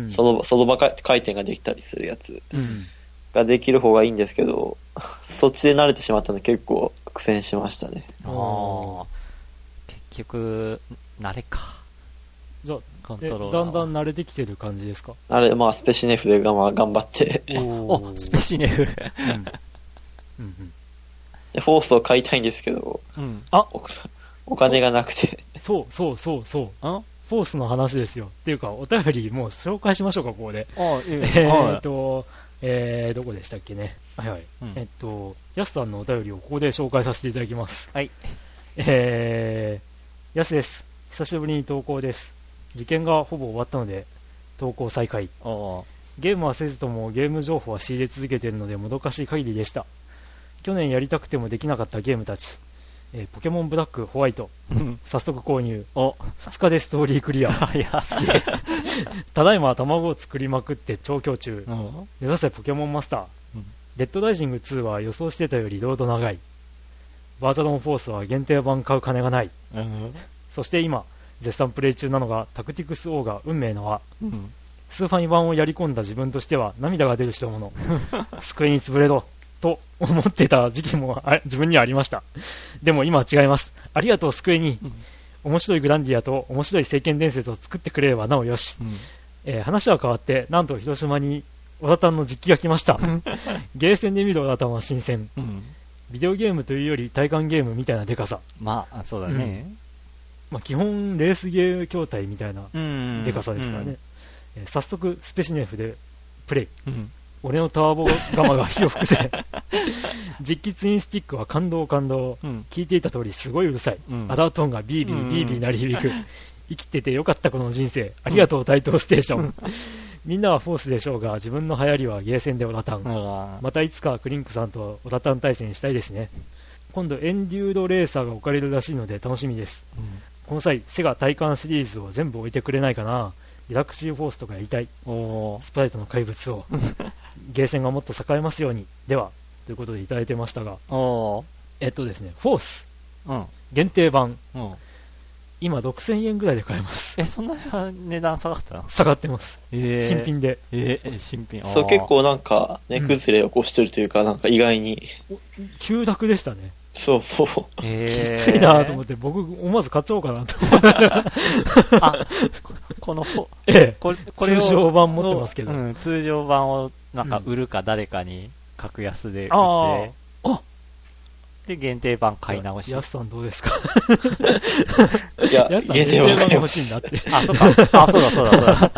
その、その場回転ができたりするやつができる方がいいんですけど、そっちで慣れてしまったので結構苦戦しましたね。 ああ。結局、慣れか。 じゃあ、コントローラーだんだん慣れてきてる感じですか？ あれ、まあ、スペシネフで頑張って。 おスペシネフ。うんうんうん、フォースを買いたいんですけど、 うん、あお金がなくて。 そうそうそうそう。フォースの話ですよ。っていうか、お便りもう紹介しましょうか、ここで。 ああ、えー、えーっと、えー、どこでしたっけね。はいはい。うん、えっと、ヤスさんのお便りをここで紹介させていただきます。 はい。 えー、ヤスです。久しぶりに投稿です。受験がほぼ終わったので、投稿再開。 あゲームはせずともゲーム情報は仕入れ続けているのでもどかしい限りでした。去年やりたくてもできなかったゲームたち。えー、ポケモンブラック、ホワイト、早速購入。ふつかでストーリークリア。ただいま卵を作りまくって調教中。目指せポケモンマスター。うん、デッドライジングツーは予想してたよりロード長い。バーチャロンフォースは限定版買う金がない。うん、そして今、絶賛プレイ中なのがタクティクスオーガ運命の輪。うん、スーファミ版をやり込んだ自分としては涙が出る代物。机に潰れろ。と思ってた時期も自分にはありました。でも今は違います。ありがとうスクエニ、うん、面白いグランディアと面白い聖剣伝説を作ってくれればなおよし、うんえー、話は変わってなんと広島にオラタンの実機が来ました。ゲーセンで見るオラタンは新鮮、うん、ビデオゲームというより体感ゲームみたいなデカさ。 まあそうだね、うんまあ、基本レースゲーム筐体みたいなデカさですからね、うんうんえー、早速スペシネフでプレイ、うん俺のターボガマが火を吹くぜ。実機ツインスティックは感動感動、うん、聞いていた通りすごいうるさい、うん、アダートーンがビービービービー鳴り響く、うん、生きててよかったこの人生ありがとう台東ステーション、うん、みんなはフォースでしょうが自分の流行りはゲーセンでオラタン、うん、またいつかクリンクさんとオラタン対戦したいですね。今度エンデュードレーサーが置かれるらしいので楽しみです、うん、この際セガ体感シリーズを全部置いてくれないかな。ギャラクシーフォースとかやりたい。スプライトの怪物をゲーセンがもっと栄えますように。ではということでいただいてましたが、えっとですねフォース、うん、限定版、うん、今ろくせんえんぐらいで買えます。 えそんな値段下がったの？ 下がってます、えー、新品で、 えー、新品そう結構なんか値崩れを起こしてるというか、うん、なんか意外に急落でしたね。 そうそう。 えー、きついなと思って、僕、思わず買っちゃおうかなと思って。 あ、この、 ええ、これこれ通常版持ってますけど、 うん。通常版をなんか売るか誰かに格安で売って、うん、ああで、限定版買い直し。 やすさんどうですか？ いや、 やすさん限定版が欲しいんだって。 あ、そうか。あ、そうだそうだそうだ。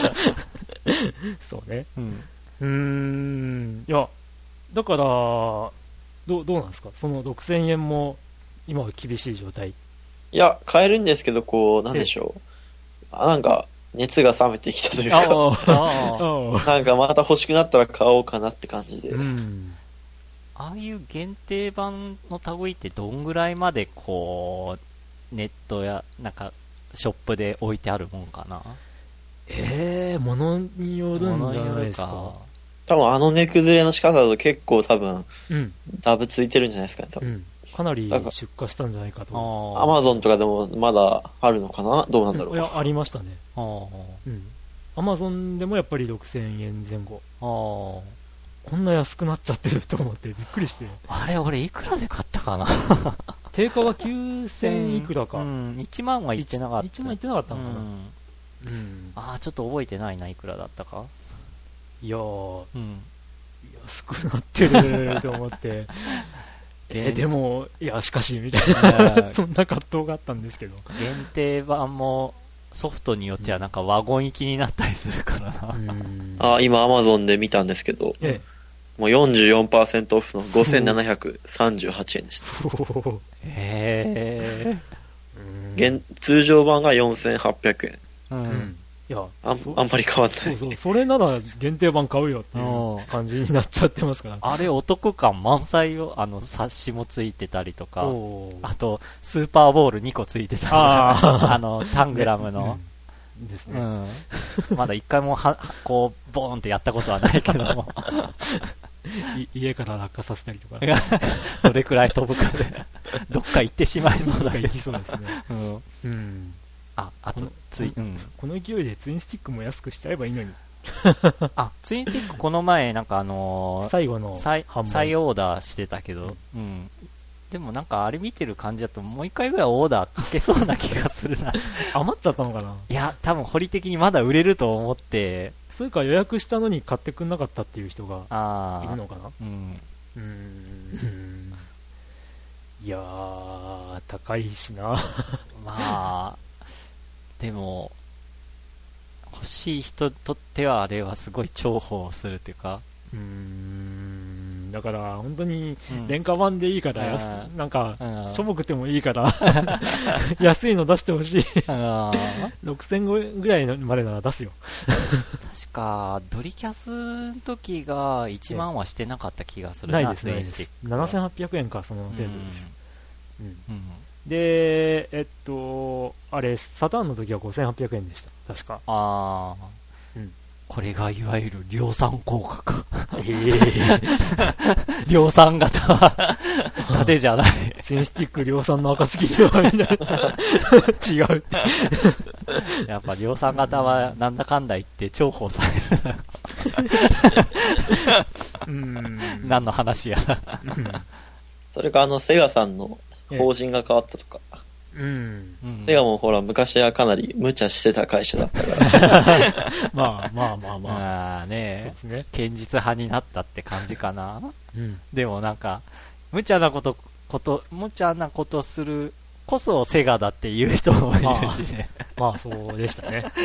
そうね。うん。うーん。いや、だから、どう、どうなんですかそのろくせんえんも今は厳しい状態。 いや、買えるんですけど、こう、なんでしょう。あなんか、 熱が冷めてきたというかなんかまた欲しくなったら買おうかなって感じで、うん、 ああいう限定版の類ってどんぐらいまでこうネットやなんかショップで置いてあるもんかな。 ええー、ものによるんじゃないですか。 多分あの値崩れの仕方だと結構多分、うん、ダブついてるんじゃないですかね多分、うん、 かなり出荷したんじゃないかと。 アマゾンとかでもまだあるのかな、どうなんだろう、 うん、いやありましたね。アマゾンでもやっぱりろくせんえんぜん後。あこんな安くなっちゃってると思ってびっくりして。 あれ俺いくらで買ったかな定価はきゅうせんいくらか、うん、 いちまんはいってなかった。 いちまんいってなかったのかな、 うんうん、ああちょっと覚えてないな、いくらだったか。 いやー、うん、安くなってると思ってえー、でもいやしかしみたいなそんな葛藤があったんですけど、 限定版もソフトによってはなんかワゴン行きになったりするからな、うん、 あ今アマゾンで見たんですけど、ええ、もう よんじゅうよんパーセント オフのごせんななひゃくさんじゅうはちえんでした。 へえ通常版がよんせんはっぴゃくえん、 うんいやあ, あんまり変わんない。 そうそうそれなら限定版買うよっていう感じになっちゃってますから。 あれお得感満載よ。あの冊子もついてたりとか、あとスーパーボールにこついてたりとか、あのタングラムの、ねうんですね、うん、まだ一回もはこうボーンってやったことはないけども家から落下させたりとかどれくらい飛ぶかでどっか行ってしまいそうだけど行きそうですね、うんうんあ、あとつい、うん、 この勢いでツインスティックも安くしちゃえばいいのにあ、ツインスティックこの前なんかあのー、 最後の再再オーダーしてたけど、うん、うん、でもなんかあれ見てる感じだともう一回ぐらいオーダーかけそうな気がするな余っちゃったのかな。 いや多分堀的にまだ売れると思って、 それか予約したのに買ってくんなかったっていう人がいるのかな。 うんうーんいやー高いしなまあでも欲しい人にとってはあれはすごい重宝するというか、 うーんだから本当に廉価版でいいから、うん、なんかしょぼくてもいいから安いの出してほしいろくせんえんぐらいまでなら出すよ確かドリキャスの時がいちまんはしてなかった気がするな。 ないですね。ななせんはっぴゃくえんかその程度です、うんうんうんで、えっと、あれ、サターンの時はごせんはっぴゃくえんでした。確か。 ああ、うん。これがいわゆる量産効果か。ええー。 量産型は、だてじゃない。 ツインスティック量産の暁には、みたいな。違う。 やっぱ量産型は、なんだかんだ言って重宝される。うん。何の話や。 それか、あの、セガさんの、法人が変わったとか、うん、セガもほら昔はかなり無茶してた会社だったからまあまあまあまあ、 まあね、そうですね、堅実派になったって感じかな、うん、でもなんか無茶なことこと無茶なことするこそセガだっていう人もいるしね。 まあ、まあそうでしたね。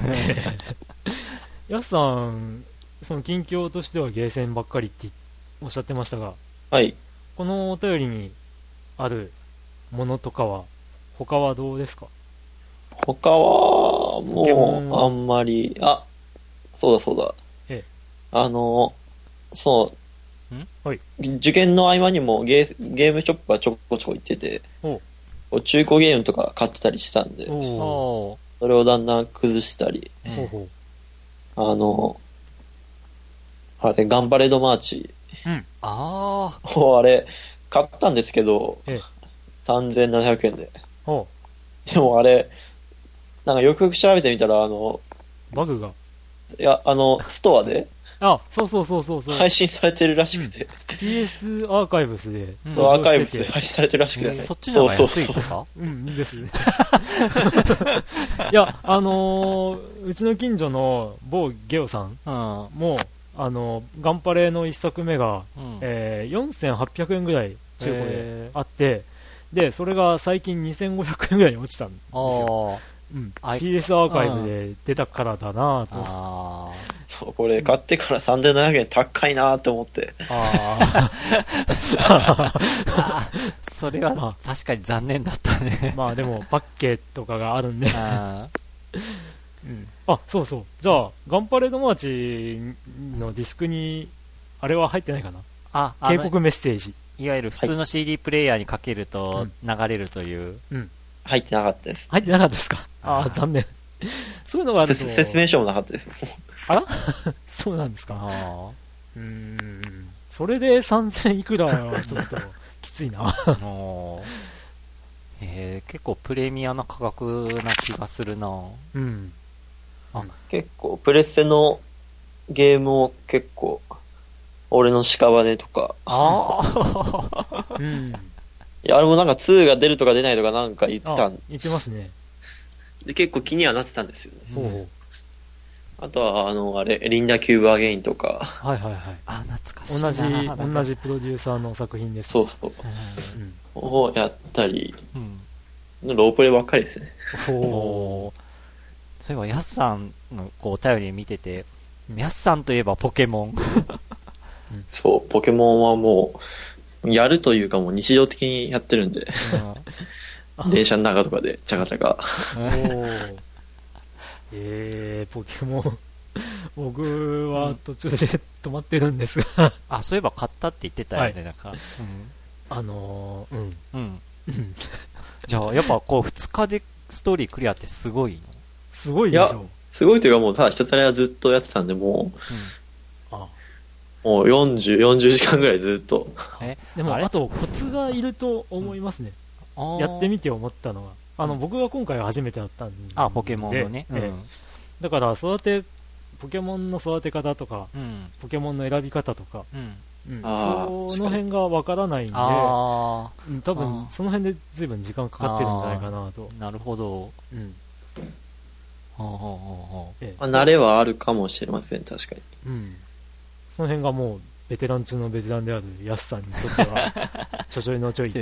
ヤスさん、その近況としてはゲーセンばっかりっておっしゃってましたが、 はい、 このお便りにあるものとかは他はどうですか？ 他はもうあんまり、あ、そうだそうだ、ええ、あのそうん、はい、 受験の合間にもゲー、ゲームショップはちょこちょこ行ってて、お中古ゲームとか買ってたりしたんで、おそれをだんだん崩したり、うん、あのあれガンパレードマーチ、 うん、ああれ買ったんですけど、ええ、さんぜんななひゃくえんで。でもあれ、なんかよくよく調べてみたら、あの、 バグが。 いや、あの、ストアで、 あ、そうそうそうそうそう。 配信されてるらしくて。 うん、ピーエス アーカイブスで。 うん、アーカイブスで配信されてるらしくて、ね。 そっちの方が安いとかうん、ですね。いや、あのー、うちの近所の某ゲオさんも、あのガンパレのいっさくめが、うんえー、よんせんはっぴゃくえんぐらい中古であって、でそれが最近にせんごひゃくえんぐらいに落ちたんですよ、うん、ピーエス アーカイブで出たからだなと。 あそうこれ買ってからさんぜんななひゃくえん高いなと思って。ああそれは確かに残念だったね。 まあでもパッケとかがあるんでうん、あ、そうそう。じゃあ、ガンパレードマーチのディスクに、あれは入ってないかな？ あ、 警告メッセージ。 いわゆる普通の シーディー プレイヤーにかけると流れるという。 うん。入ってなかったです。 入ってなかったですか？ああ、残念。そういうのがあると。 説明書もなかったですよ。 あらそうなんですか？あうーん。それでさんぜんいくらはちょっときついな。 えー、結構プレミアな価格な気がするな。うん。 あ、結構プレステのゲームを結構俺の屍とか。ああ。うん。いや、あれもなんかにが出るとか出ないとかなんか言ってたん。 言ってますね。 で、結構気にはなってたんですよね。ほうほう。あとは、あの、あれ、リンダ・キューブ・アゲインとか。 はいはいはい。 あ、懐かしいな。同じ、同じプロデューサーの作品です、 ね。そうそう。うん、をやったり、うん、ロープレばっかりですね。 おそういえば、ヤスさんのこうお便り見てて、ヤスさんといえばポケモン。 そう、ポケモンはもう、やるというかもう日常的にやってるんで。うん、電車の中とかで、チャカチャカ。おえー、ポケモン僕は途中で止まってるんですがあ、そういえば買ったって言ってたよね、はい、なんか、うん、 あのー、うんうんじゃあやっぱこうふつかでストーリークリアってすごいの？ すごいでしょ。いやすごいというかもうただひたすらずっとやってたんでもう、うん、あもうよんじゅう、よんじゅうじかんぐらいずっとえでも あ, あとコツがいると思いますね、うん、やってみて思ったのはあの、うん、僕が今回は初めてだったんで、 あ、ポケモンのね、うんええ、だから育てポケモンの育て方とか、うん、ポケモンの選び方とか、うんうん、その辺がわからないんで、多分その辺で随分時間かかってるんじゃないかなと。 なるほど、うん、 はあはあはあええ、慣れはあるかもしれません、確かに、うん、 その辺がもうベテラン中のベテランであるヤスさんにとってはちょちょいのちょいと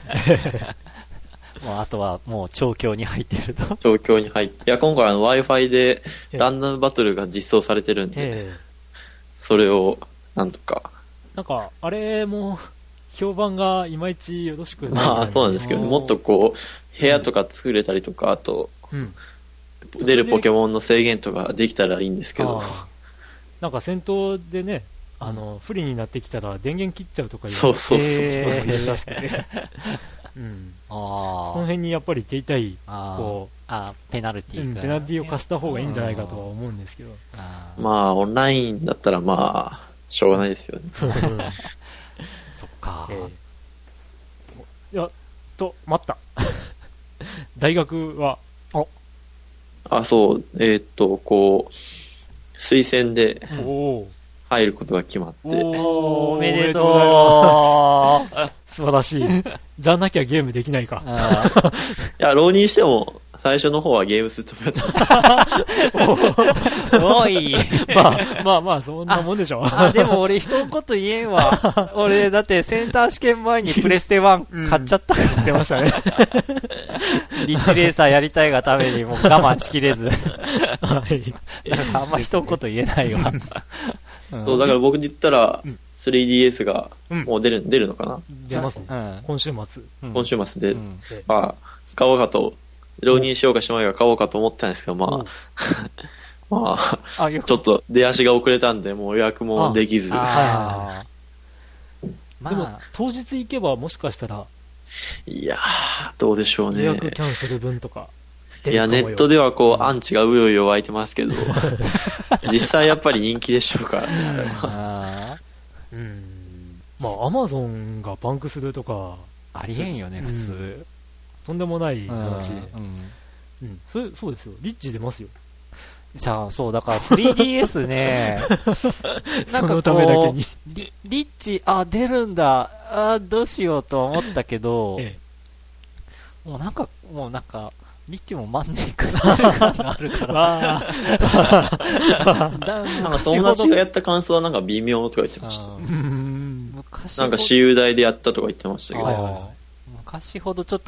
もうあとはもう調教に入ってると調教に入っていや今回あの Wi-Fi でランダムバトルが実装されてるんで、ええ、それをなんとかなんかあれも評判がいまいちよろしくない、 まあそうなんですけど、ね、もっとこう部屋とか作れたりとか、うん、あと、うん、出るポケモンの制限とかできたらいいんですけどなんか戦闘でねあの不利になってきたら電源切っちゃうとかいうそうそうそう、 えー、らしくてうん、あその辺にやっぱり手痛いこうあペナルティー、 うん、ペナルティーを課した方がいいんじゃないかとは思うんですけどあまあオンラインだったらまあしょうがないですよねそっか、えー、いやと待った大学はあそうえー、っとこう推薦で入ることが決まって、うん、 お, おめでとうございます素晴らしい。じゃなきゃゲームできないか。 いや、浪人しても、最初の方はゲームするつもりだった。おい。 まあ、まあまあ、そんなもんでしょ。 あ、でも俺一言言えんわ。俺、だってセンター試験前にプレステワン買っちゃったから。 言ってましたね。 リッチレーサーやりたいがためにもう我慢しきれず。はい。だからあんま一言言えないわ。 うん、そうだから僕に言ったら、うん、スリーディーエス がもう出る、うん、出るのかな出ますね、うん、今週末、 うん、今週末で、うん、まあ買おうかと浪人しようかしまいが買おうかと思ったんですけどまあまあ、あちょっと出足が遅れたんでもう予約もできずああでも当日行けばもしかしたらいやーどうでしょうね予約キャンセル分とかいやネットではこうアンチがうようよ湧いてますけど実際やっぱり人気でしょうからねあうんまあアマゾンがパンクするとかありえんよね普通、うん、 とんでもない話で、うんうん、それそうですよリッチ出ますよさあそうだから スリーディーエス ねなんかこうそのためだけにリ, リッチあ出るんだあどうしようと思ったけど、ええ、もうなんかもうなんかリッチも万年くなる感があるからなんか友達がやった感想はなんか微妙とか言ってました昔なんか私有大でやったとか言ってましたけど昔ほどちょっと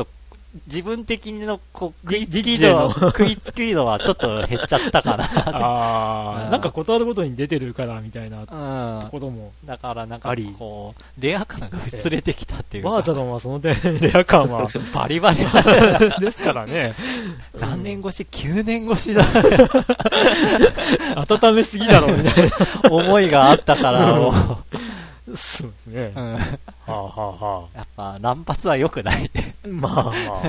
自分的のこう食いつき度食いつき度はちょっと減っちゃったかなああ、うん、なんかことあるごとに出てるからみたいなところも、 うん、だからなんかこうレア感が薄れてきたっていうか、 バーチャロンはその点レア感はバリバリですからね。 何年越し、きゅうねん越しだ温めすぎだろみたいな思いがあったからもうそうですね、うん、はあはあはあ、やっぱ乱発は良くないねまあまあ、うん、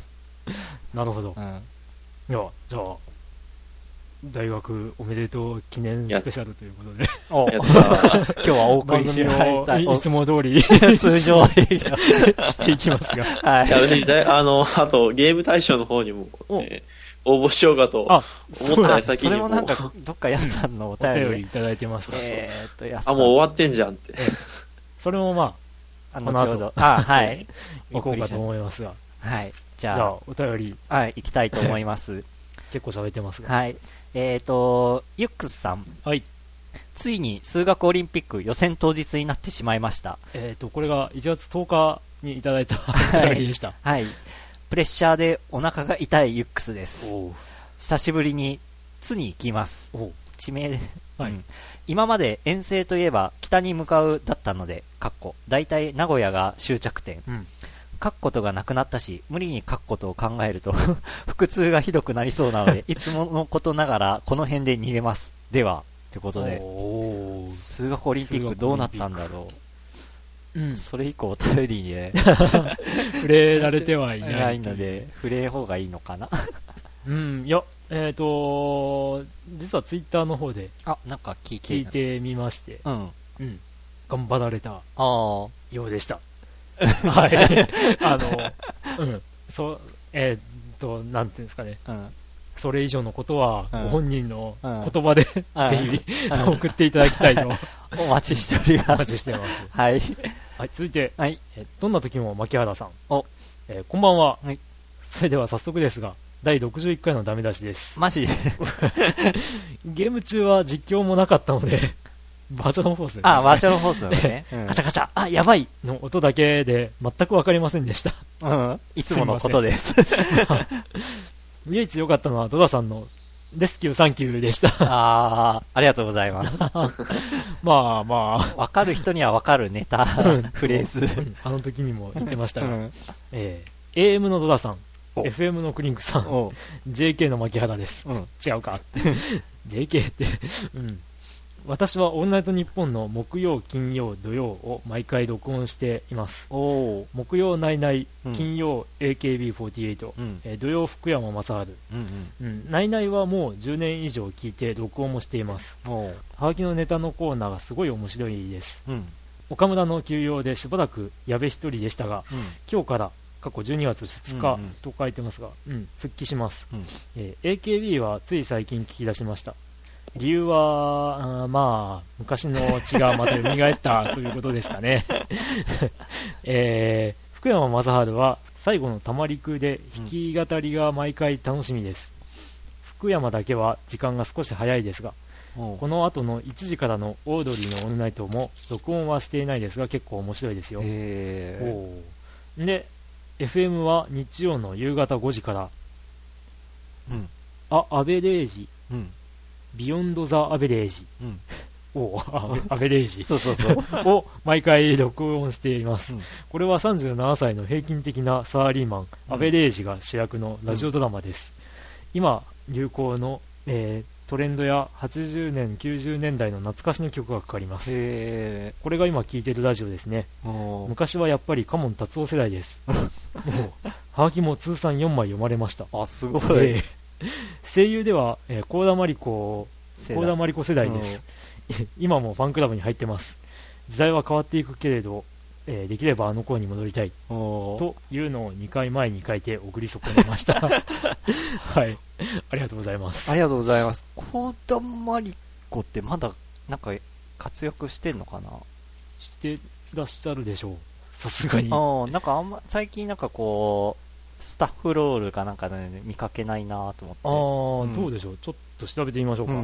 なるほど、うん、いやじゃあ大学おめでとう記念スペシャルということでお今日はお送りしをいつも通り通常営業していきますが、 はい、いやね、あのあとゲーム大賞の方にも、ね、応募しようかと思った矢先にも、 それもなんかどっかやすさんのお便り、 お便りいただいてますから、 えー、っとやすあもう終わってんじゃんって、 ええ、それもまああこの後あはい行こうかと思いますが、 はいじゃあ、 じゃあお便りはい行きたいと思います結構喋ってますが、 はいえーとユックスさん、 はい、 ついに数学オリンピック予選当日になってしまいました。 えーとこれがいちがつとおかにいただいたお便りでした、 はい、はい、プレッシャーでお腹が痛いユックスです。久しぶりに津に行きます。地名で、はい、うん、今まで遠征といえば北に向かうだったのでかっこだいたい名古屋が終着点、うん、書くことがなくなったし無理に書くことを考えると腹痛がひどくなりそうなのでいつものことながらこの辺で逃げます。ではということで、数学オリンピックどうなったんだろう、うん、それ以降お便りにね触れられてはいないないので触れ方がいいのかなうん、いやえっ、ー、と実はツイッターの方であなんか聞いて聞いてみまして、うん、うん、頑張られたようでした。はいあのうんそうえっ、ー、となんていうんですかね、うん、それ以上のことはご本人の言葉で、うん、ぜひ、うん、送っていただきたいとお待ちしております。 お待ちしてます。はい、はい、続いて、はい、えどんな時も牧原さん、お、えー、こんばんは、はい、それでは早速ですがだいろくじゅういっかいのダメ出しです。 マジゲーム中は実況もなかったのでバーチャルフォース、ね、 あバーチャルフォースのね、 うん、カチャカチャあやばいの音だけで全く分かりませんでした。 うん、いつものことです。 唯一良かったのはドダさんのレスキューサンキューでした。 あありがとうございます。 まあまあ分かる人には分かるネタ、うん、フレーズ、 うん、あの時にも言ってましたが、うん、えー、エーエム のドダさん、エフエム のクリンクさん、ジェーケー の牧原です、うん、違うかジェーケー って、うん、私はオールナイトニッポンの木曜金曜土曜を毎回録音しています。木曜ナイナイ、金曜 エーケービーフォーティーエイト、うん、えー、土曜福山雅治、うんうんうん、ナイナイはもうじゅうねん以上聞いて録音もしています。はがきのネタのコーナーがすごい面白いです、うん、岡村の休養でしばらく矢部一人でしたが、うん、今日から過去じゅうにがつふつかと書いてますが、うんうん、復帰します、うん、えー、エーケービー はつい最近聞き出しました。理由はあまあ昔の血がまた蘇ったということですかね、えー、福山雅治は最後のたまりくで弾き語りが毎回楽しみです、うん、福山だけは時間が少し早いですが、この後のいちじからのオードリーのオールナイトも録音はしていないですが結構面白いですよ。へー。で エフエム は日曜の夕方ごじから、うん、あアベレージ、うん、ビヨンドザアベレージ、うん、おアベレージそうそうそうを毎回録音しています、うん、これはさんじゅうななさいの平均的なサラリーマン、うん、アベレージが主役のラジオドラマです、うん、今流行の、えー、トレンドやはちじゅうねんきゅうじゅうねんだいの懐かしの曲がかかります。へー。これが今聴いてるラジオですね。昔はやっぱりカモン達夫世代ですもうはがきも通算よんまい読まれました。 あすごい、 えー声優では幸田真理子幸田真理子世代です、うん、今もファンクラブに入ってます。時代は変わっていくけれど、えー、できればあの頃に戻りたいというのをにかいまえに書いて送り損ねましたはいありがとうございます。 ありがとうございます。幸田真理子ってまだなんか活躍してんのかな。 してらっしゃるでしょうさすがに。 あなんかあんま最近なんかこうスタッフロールかなんかで、ね、見かけないなと思って。 ああ、うん、どうでしょう。ちょっと調べてみましょうか。うん、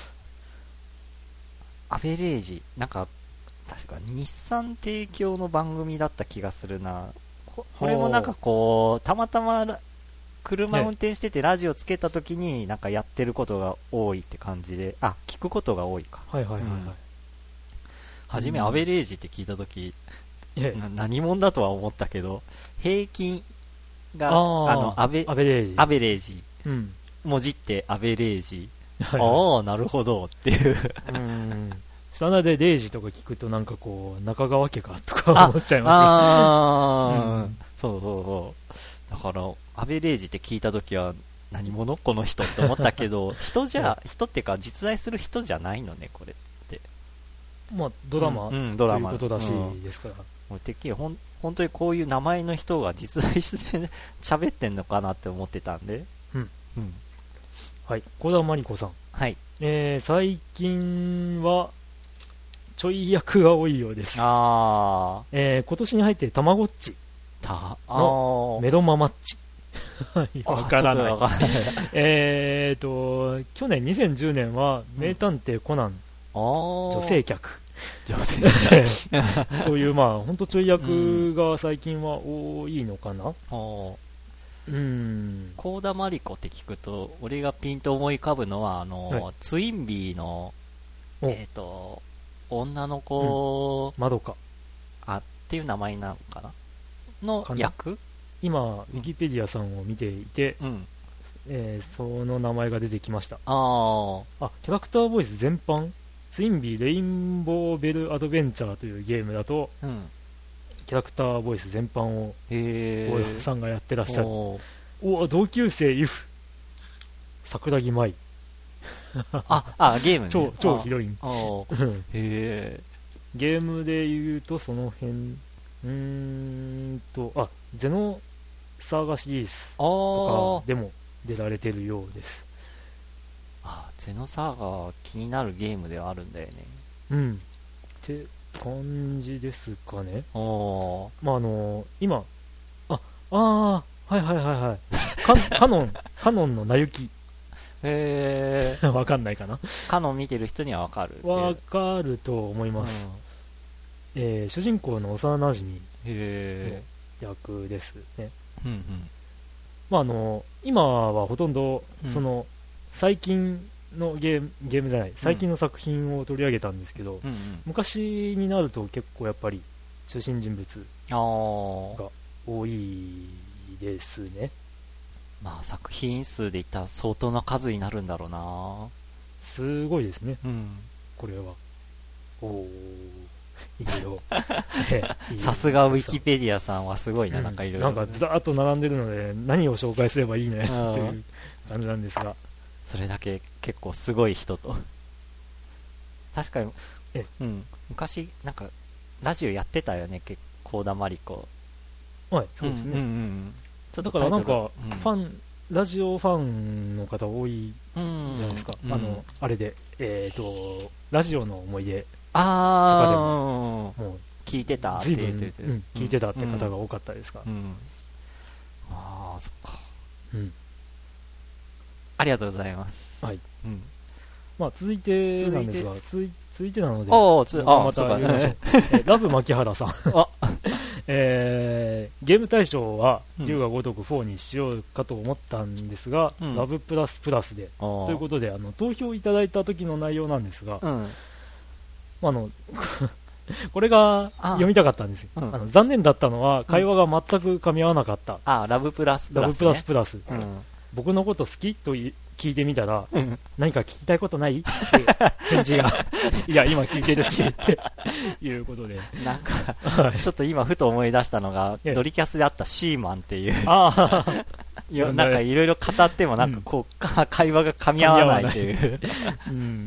アベレージなんか確か日産提供の番組だった気がするな。 こ, これもなんかこうたまたま車運転しててラジオつけた時になんかやってることが多いって感じで、あ、聞くことが多いか。 はいはいはい、はい、うん、 初めアベレージって聞いた時、な何者だとは思ったけど、平均があのアベアベレージアベレージ、 うん、 文字ってアベレージ、はいはい、ああなるほどっていううん下名でレイジとか聞くとなんかこう中川家かとか思っちゃいますけど、 ああ、うん、そうそうそうだからアベレージって聞いたときは何者この人って思ったけど人じゃ人っていうか実在する人じゃないのねこれってまあドラマ、うんうん、ドラマということらしいですから、 うん、てっきりほん本当にこういう名前の人が実在して喋ってんのかなって思ってたんで、 うんうん、はい小田真理子さん、 はいえー、最近はちょい役が多いようです。 あ、 えー、今年に入ってたまごっちのメロママッチわからないえーと去年にせんじゅうねんは名探偵コナン、うん、女性客女性というまあ本当ちょい役が最近は多いのかな、 うん、幸田真理子って聞くと俺がピンと思い浮かぶのはあの、はい、ツインビーのえーと女の子、 うん、まどかあっていう名前なのかなの役今ウィキペディアさんを見ていて、うんえー、その名前が出てきました。 ああキャラクターボイス全般ツインビーレインボーベルアドベンチャーというゲームだと、うん、キャラクターボイス全般を大山さんがやってらっしゃる。おお同級生イフ桜木舞ああゲームね超超ヒロインへゲームで言うとその辺うーんとあゼノサーガシリーズとかでも出られてるようです。 あゼノサーガ気になるゲームではあるんだよね。 うんって感じですかね。 あまああの今ああはいはいはいはいカ, カノンカノンのなゆきへえわかんないかな。 カノン見てる人にはわかるわかると思います、うんえー、主人公の幼なじみの役ですね。 うんうんまあ、あの今はほとんどその、うん、最近のゲーム、ゲームじゃない最近の作品を取り上げたんですけど、うんうん、昔になると結構やっぱり中心人物が多いですね。 まあ作品数で言ったら相当な数になるんだろうな。 すごいですね、 うん、 これはおおいろいろさすがウィキペディアさんはすごいな、うん、なんかいろいろなんかずらーっと並んでるので何を紹介すればいいのやっていう感じなんですがそれだけ結構すごい人と確かにえ、うん、昔なんかラジオやってたよね幸田真理子。 はいそうですね、うんうんうん、ちょっとだからなんか、うん、ファンラジオファンの方多いじゃないですか、うん、あのあれでえっ、ー、とラジオの思い出とかでももう聞いてた随分、うん、聞いてたって方が多かったですから、うんうん、 ああそっか、 うん、 ありがとうございます。 はい、 うん、 まあ続いてなんですが続い続いてなのでおつあまた言いましょうえラブ牧原さんあえー、ゲーム大賞は龍が如くフォーにしようかと思ったんですが、うん、ラブプラスプラスでということであの投票いただいた時の内容なんですが、うん、あのこれが読みたかったんですよ、うん、あの残念だったのは会話が全く噛み合わなかった、うん、 あラブプラスプラス、ね、 ラブプラスプラス、うん、僕のこと好きと聞いてみたら、うん、何か聞きたいことないって返事がいや今聞いてるしっていうことでなんか、はい、ちょっと今ふと思い出したのがドリキャスであったシーマンっていうあいやなんかいろいろ語ってもなんかこう、うん、会話が噛み合わないっていううん、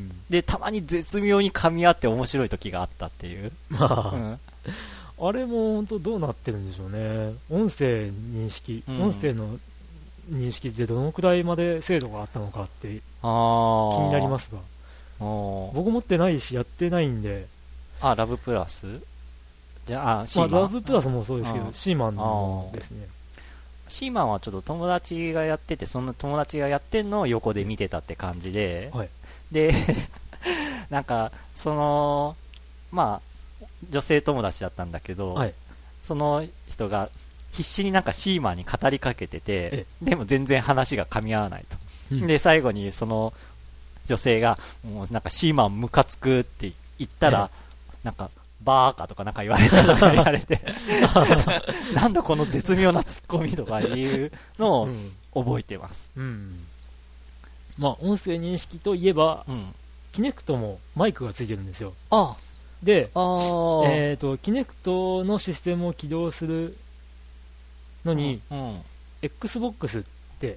でたまに絶妙に噛み合って面白い時があったっていうまあ、うん、あれも本当どうなってるんでしょうね。音声認識、うん、音声の認識でどのくらいまで精度があったのかって気になりますが僕持ってないしやってないんで。 あラブプラスじゃあシーマン、 まあ、ラブプラスもそうですけどシーマンのですね。 シーマンはちょっと友達がやっててその友達がやってんのを横で見てたって感じで、 はい、 でなんかそのまあ女性友達だったんだけど、 はい、 その人が必死になんかシーマンに語りかけてて、でも全然話が噛み合わないと。うん、で、最後にその女性が、もうなんかシーマンムカつくって言ったら、なんか、バーカとかなんか言われたとか言われて、なんだこの絶妙なツッコミとかいうのを覚えてます。うんうん、 まあ、音声認識といえば、うん、キネクトもマイクがついてるんですよ。あで、あえっ、ー、と、キネクトのシステムを起動するのに、うんうん、Xbox って、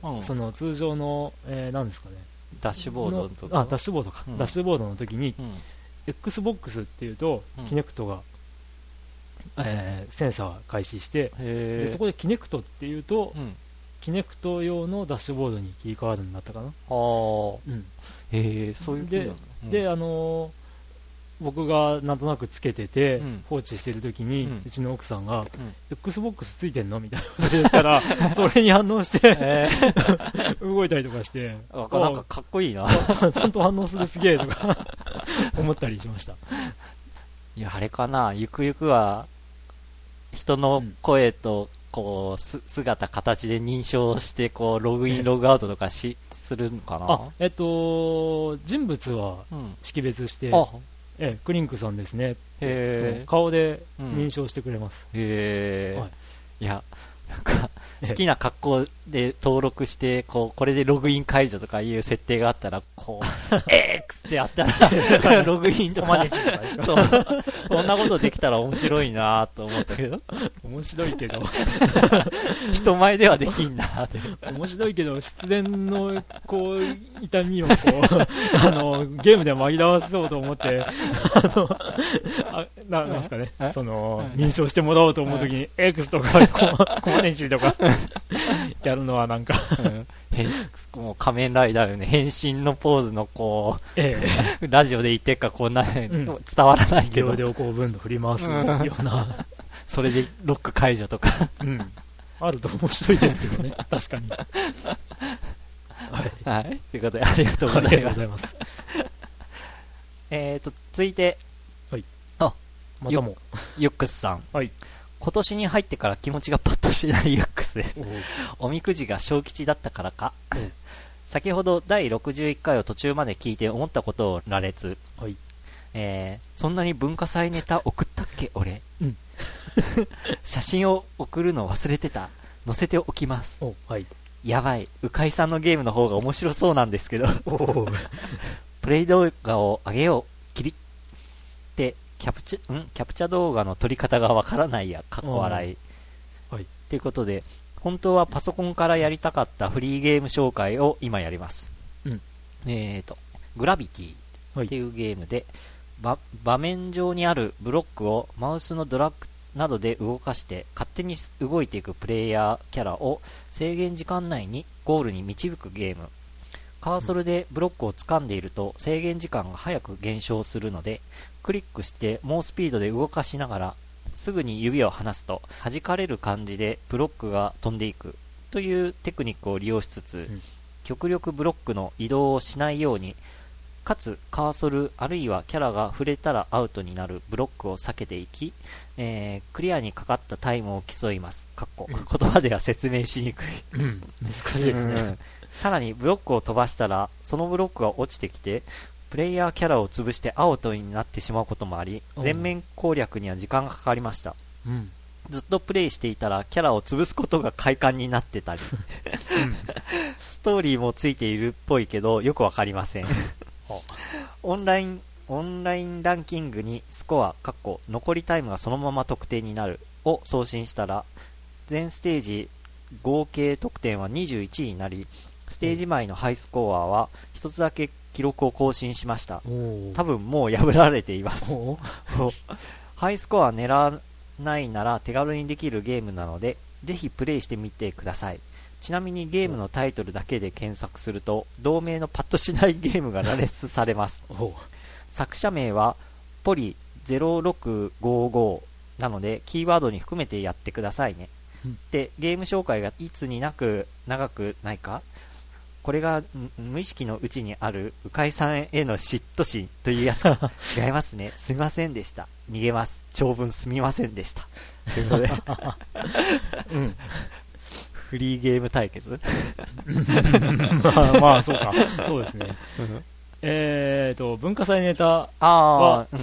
うん、その通常の、えー、何ですかね、 ダッシュボードとか、 あ、ダッシュボードか、うん、ダッシュボードの時に、うん、Xbox っていうと、うん、キネクトが、えー、センサー開始して、でそこでキネクトっていうと、うん、キネクト用のダッシュボードに切り替わるようになったかな。ああ、 うん、へえ、そういう気なの。 うん、で、あのー、僕がなんとなくつけてて、うん、放置してる時に、うん、うちの奥さんが、うん、Xbox ついてんのみたいなこと言ったらそれに反応して、えー、動いたりとかして、 なんかかっこいいなちゃん、ちゃんと反応するすげえとか思ったりしました。 いや、あれかな、ゆくゆくは人の声とこう、うん、姿形で認証してこうログインログアウトとかしするのかな。 あ、えっと人物は識別して、うん、ええ、クリンクさんですね。へ顔で認証してくれます。 うん、へえ、はい、いや、なんか好きな格好で登録して、こうこれでログイン解除とかいう設定があったら、こうエックスってやったらログインとかでそう、そんなことできたら面白いなと思ったけど、 面白いけど人前ではできんなって面白いけど、失恋のこう痛みをこうあのゲームで紛らわそうと思ってあのあななんですかね、その認証してもらおうと思うときに X とかコマネチとかやるのはなんかうん、もう仮面ライダーよね、変身のポーズのこう、ええ、ラジオで言ってるかこうな、うん、伝わらないけど、 両手をこうブンと振り回すような、うん、 それでロック解除とか、 うん、あると面白いですけどね、確かに。はい、 はい、ということでありがとうございます。 ありがとうございます。 えっと続いて、はい、あ、 またもユックスさん、 はい。 今年に入ってから気持ちがパッとしないユックスです。おみくじが小吉だったからか。先ほどだいろくじゅういっかいを途中まで聞いて思ったことを羅列。はい、えー、そんなに文化祭ネタ送ったっけ俺、うん、写真を送るの忘れてた。載せておきます。はい、やばい、うかいさんのゲームの方が面白そうなんですけどプレイ動画を上げよう。キリってキャプチャ、んキャプチャ動画の撮り方がわからないや、かっこ笑い。はい。ということで、本当はパソコンからやりたかったフリーゲーム紹介を今やります。うん。えーと、グラビティっていうゲームで、はい、場面上にあるブロックをマウスのドラッグなどで動かして勝手に動いていくプレイヤーキャラを制限時間内にゴールに導くゲーム。カーソルでブロックを掴んでいると制限時間が早く減少するので、クリックして猛スピードで動かしながらすぐに指を離すと弾かれる感じでブロックが飛んでいくというテクニックを利用しつつ、うん、極力ブロックの移動をしないように、かつカーソルあるいはキャラが触れたらアウトになるブロックを避けていき、えー、クリアにかかったタイムを競います。かっこ言葉では説明しにくい、うん、 難しいですね、うん、 さらにブロックを飛ばしたらそのブロックが落ちてきてプレイヤーキャラを潰してアウトになってしまうこともあり、全面攻略には時間がかかりました、うん、ずっとプレイしていたらキャラを潰すことが快感になってたり、うん、ストーリーもついているっぽいけどよくわかりませんオンラインオンラインランキングにスコア（残りタイムがそのまま得点になる）を送信したら、全ステージ合計得点はにじゅういちいになり、ステージ前のハイスコアはひとつだけ記録を更新しました。多分もう破られていますハイスコア狙わないなら手軽にできるゲームなので、ぜひプレイしてみてください。ちなみにゲームのタイトルだけで検索すると同名のパッとしないゲームが羅列されます作者名はポリゼロろくごごなのでキーワードに含めてやってくださいね、うん、でゲーム紹介がいつになく長くないか、これが無意識のうちにあるうかいさんへの嫉妬心というやつか違いますね。すみませんでした。逃げます。長文すみませんでしたということで、うん、フリーゲーム対決まあまあそうか、そうですねえーと文化祭ネタは、うん、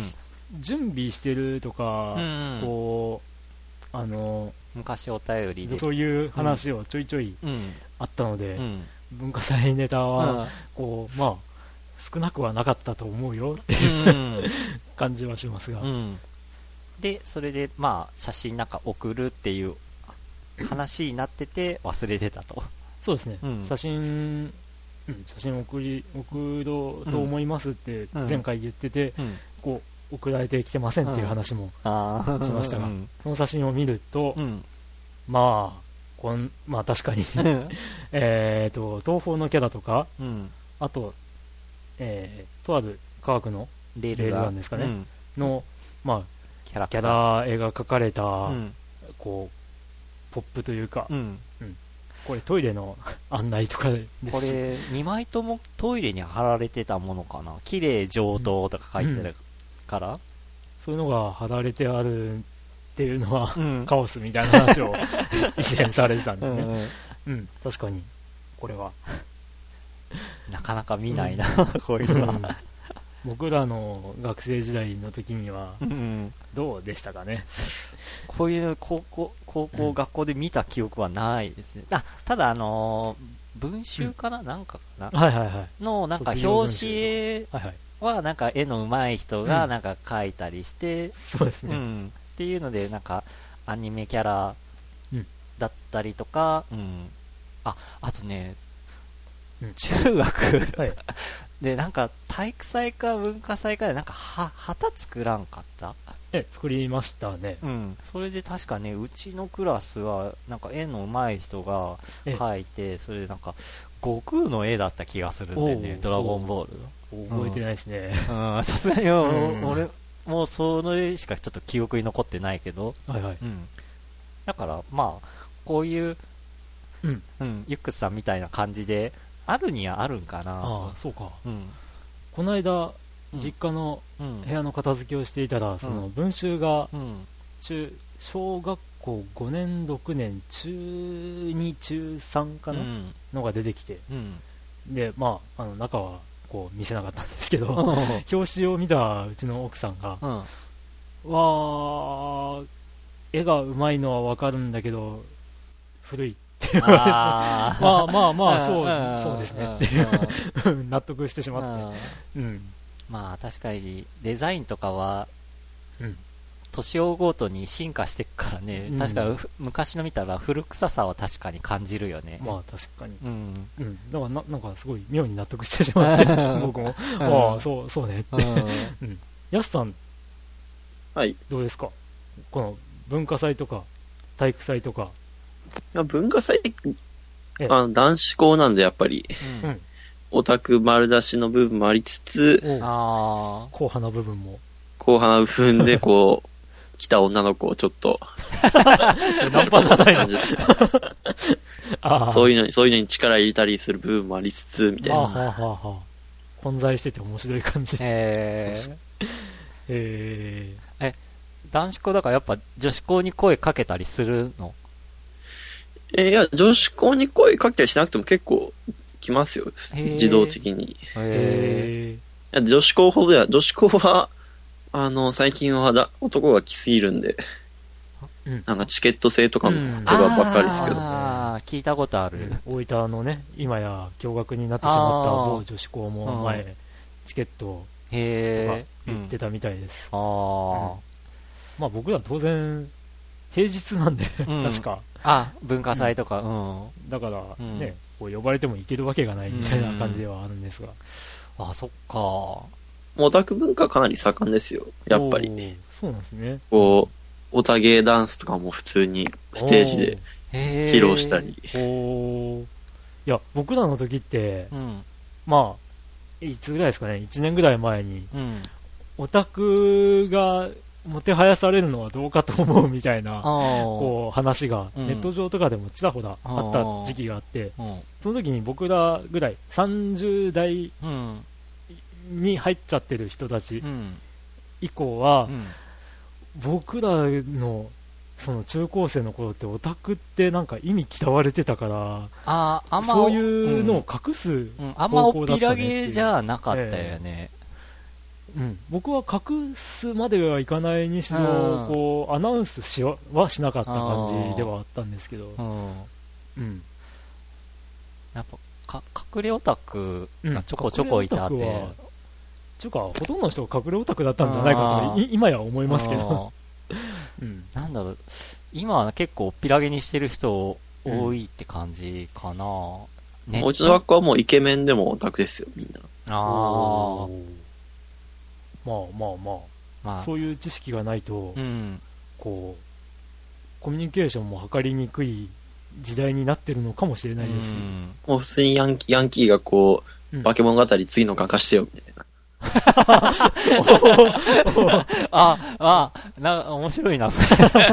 準備してるとか、うんうん、こうあの昔お便りでそういう話をちょいちょいあったので、うんうん、文化祭ネタはこう、まあ少なくはなかったと思うよっていう、うん、感じはしますが、うん、 でそれでまあ写真なんか送るっていう話になってて忘れてたと。 そうですね、うん、写真、うん、写真送り送ろうと思いますって前回言ってて、うん、こう送られてきてませんっていう話もしましたが、うん、その写真を見ると、うん、まあこんまあ確かにえーと東宝のキャラとか、うん、あとえー、とある科学のレールガンですかね、うん、の、まあ、キャラキャラ絵が描かれた、うん、こうポップというか、うんうん、これトイレの案内とかです。 これにまいともトイレに貼られてたものかな、綺麗上等とか書いてるから、うん、 そういうのが貼られてあるっていうのは、うん、カオスみたいな話を以前されてたんですねうん、うん、確かにこれはなかなか見ないな、うん、こういうのは、うん、 僕らの学生時代の時にはどうでしたかね、 うん、こういう高校、高校、うん、学校で見た記憶はないですね。あ、ただあのー、文集かな、うん、なんかかな、 はいはいはい、 のなんか表紙絵はなんか絵の上手い人がなんか描いたりして、うん、 そうですね、 うん、っていうのでなんかアニメキャラだったりとか、うん、あ、あとね中学、はい、でなんか体育祭か文化祭かでなんかは旗作らんかった？ え作りましたね、 うん、それで確かねうちのクラスはなんか絵の上手い人が描いて、それでなんか悟空の絵だった気がするんでね、ドラゴンボール覚えてないですね、 さすがに、うん、俺もうそれしかちょっと記憶に残ってないけど、 はいはい、 うん、だからまあこういう、うんうん、ユックスさんみたいな感じであるにはあるんかな。 ああそうか、うん、この間実家の部屋の片付けをしていたら、うん、その文集が中小学校ごねんろくねん中に中さんかな、うん、のが出てきて、うん、でまああの中はこう見せなかったんですけど表紙を見たうちの奥さんが、うん、わー絵がうまいのは分かるんだけど古いあまあまあまあそうそうですねって納得してしまって、うん、 まあ確かにデザインとかは、うん、年を追うごとに進化していくからね、うん、確かに昔の見たら古臭さは確かに感じるよね。 まあ確かに、うんうん、だから な, なんかすごい妙に納得してしまって僕も、うん、ああそうそうねって、うん、やすさん、 はい、 どうですかこの文化祭とか体育祭とか。 いや文化祭あの男子校なんでやっぱり、うん、オタク丸出しの部分もありつつ、 あ硬派な部分も硬派な部分でこう来た女の子をちょっとナンパじゃないのあそういうのにそういうのに力入れたりする部分もありつつみたいな、はあはあはあ、 混在してて面白い感じ。 えー、 えー、え男子校だからやっぱ女子校に声かけたりするの？ えー、いや女子校に声かけたりしなくても結構来ますよ自動的に。へー、いや女子校ほどや女子校はあの最近はだ男が来すぎるんで、うん、なんかチケット制とかのとかばっかりですけど、うん、 あ聞いたことある、 うん、大分のね今や共学になってしまった某女子校も前、うん、チケットとか言ってたみたいです、うん、あ、うん、まあ僕ら当然平日なんで、うん、確かあ文化祭とか、うんうん、だからね、こう呼ばれても行けるわけがないみたいな感じではあるんですが、 うん、あそっかオタク文化かなり盛んですよやっぱり。 そうなんですね。 こうオタゲーダンスとかも普通にステージで披露したり。 おいや僕らの時って、うん、まあいつぐらいですかねいちねんぐらい前に、うん、オタクがもてはやされるのはどうかと思うみたいなこう話がネット上とかでもちらほらあった時期があって、うん、その時に僕らぐらいさんじゅう代に入っちゃってる人たち以降は、うん、僕らのその中高生の頃ってオタクってなんか意味嫌われてたから、 ああんまそういうのを隠す、うんうん、あんまおっぴらげじゃなかったよね、 えーうん、僕は隠すまではいかないにしろ、うん、こうアナウンスしはしなかった感じではあったんですけど、うんうん、 やっぱか隠れオタクがちょこちょこいたって、うん、 ちゅうかほとんどの人が隠れオタクだったんじゃないかと今や思いますけどうん、なんだろう、今は結構おっぴらげにしてる人多いって感じかな、 うんね、うちの学校はもうイケメンでもオタクですよ、みんな。 ああ。まあまあまあ、まあ、そういう知識がないと、うん、こう、コミュニケーションも図りにくい時代になってるのかもしれないですし。うん、 もう普通にヤンキー、ヤンキーがこう、うん、化け物語次の書かしてよ、みたいな。 ああ、な、面白いな、それ。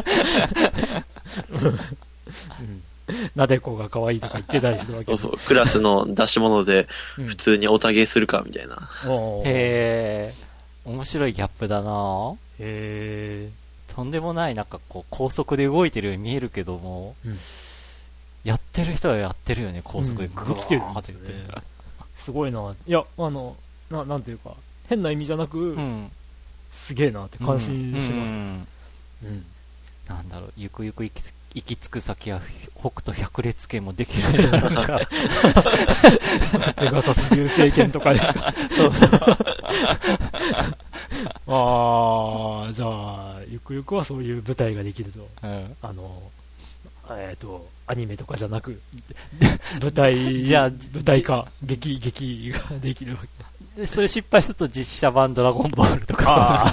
なでこが可愛いとか言ってたりするわけそうそう、クラスの出し物で普通にオタゲーするかみたいな。 うん、へえ、面白いギャップだな。へえ、とんでもない、なんかこう高速で動いてるように見えるけども、うん、やってる人はやってるよね、高速でグワーッて言ってる、うん、 すごいな。いや、あのな、なんていうか変な意味じゃなく、うん、すげえなって感心します、うんうんうん、なんだろう、ゆくゆく行き行き着く先は北斗百列拳もできるんじゃないかペガサス流星拳とかですかそうそうああ、じゃあゆくゆくはそういう舞台ができると、うん、あのえっ、ー、とアニメとかじゃなく舞台じゃあ舞台化劇劇ができるわけで、それ失敗すると実写版ドラゴンボールとか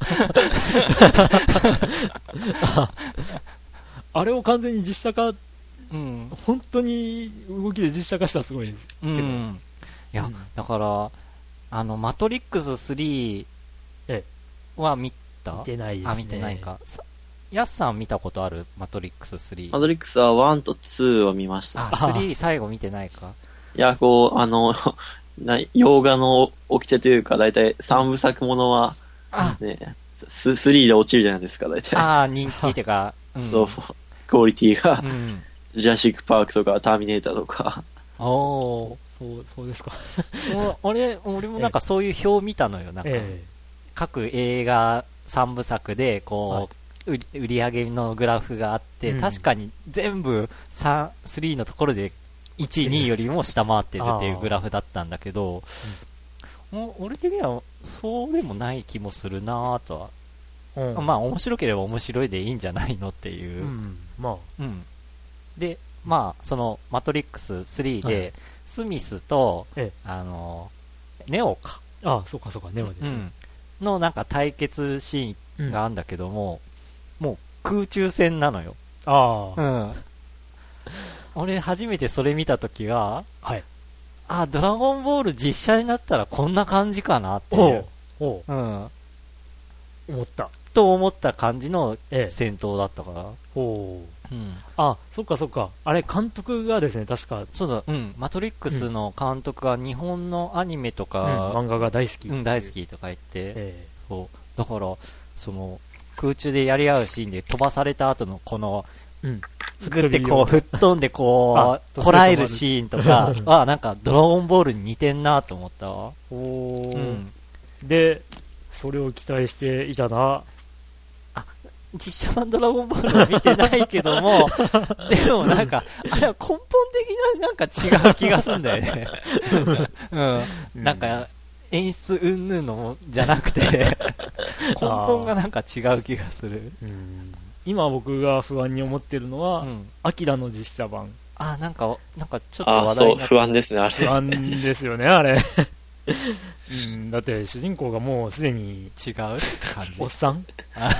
ああれを完全に実写化、うん、本当に動きで実写化したらすごいですけど、うん、 いや、うん、だからあのマトリックススリーは見た？ 見てないですね。 あ、見てないか。ヤスさん見たことある？マトリックススリー。 マトリックスはワンとツーを見ました。 あ、スリー最後見てないか。 いや、こう、あの、な洋画の掟というか、だいたいさんぶさくものは、ね、スリーで落ちるじゃないですか、だいたい。 ああ、人気ってか、 うん、そうそう。クオリティが、うん、ジュラシックパークとかターミネーターとか。 おお、そうそうですか。 俺俺もなんかそういう表見たのよ。なんか、ええ、各映画さんぶさくでこう、はい、売り上げのグラフがあって、うん、確かに全部スリーのところでいちいにいよりも下回ってるっていうグラフだったんだけど、うん、もう俺的にはそうでもない気もするなぁとは。うん、まあ面白ければ面白いでいいんじゃないのっていう、うん、まあ、うん、でまあそのマトリックススリーで、はい、スミスと、ええ、あのネオかああそうかそうかネオですね、うん、 のなんか対決シーンがあるんだけども、うん、もう空中戦なのよ。ああ、うん、俺初めてそれ見た時は、はい、あドラゴンボール実写になったらこんな感じかなっていう、おう、うん、 思ったと思った感じの戦闘だったから、ええ、ほう、うん、あ、そっかそっか、あれ監督がですね、確かそうだ、うん、マトリックスの監督が日本のアニメとか、 うん、漫画が大好き、 うん、大好きとか言って、ええ、そうだからその空中でやり合うシーンで飛ばされた後のこの、うん、ぐってこう吹っ飛んでこうこらえるシーンとかあ、なんかドラゴンボールに似てんなと思ったわ。お、 うん、でそれを期待していたな。 実写版ドラゴンボールは見てないけどもでもなんかあれは根本的ななんか違う気がするんだよね、うん、なんか演出うんぬんのじゃなくて根本がなんか違う気がする。うん、 今僕が不安に思ってるのは、うん、アキラの実写版。 あ、なんかなんかちょっと話題になって、 あ、そう不安ですねあれ。 不安ですよねあれうん、だって主人公がもうすでに違う感じおっさん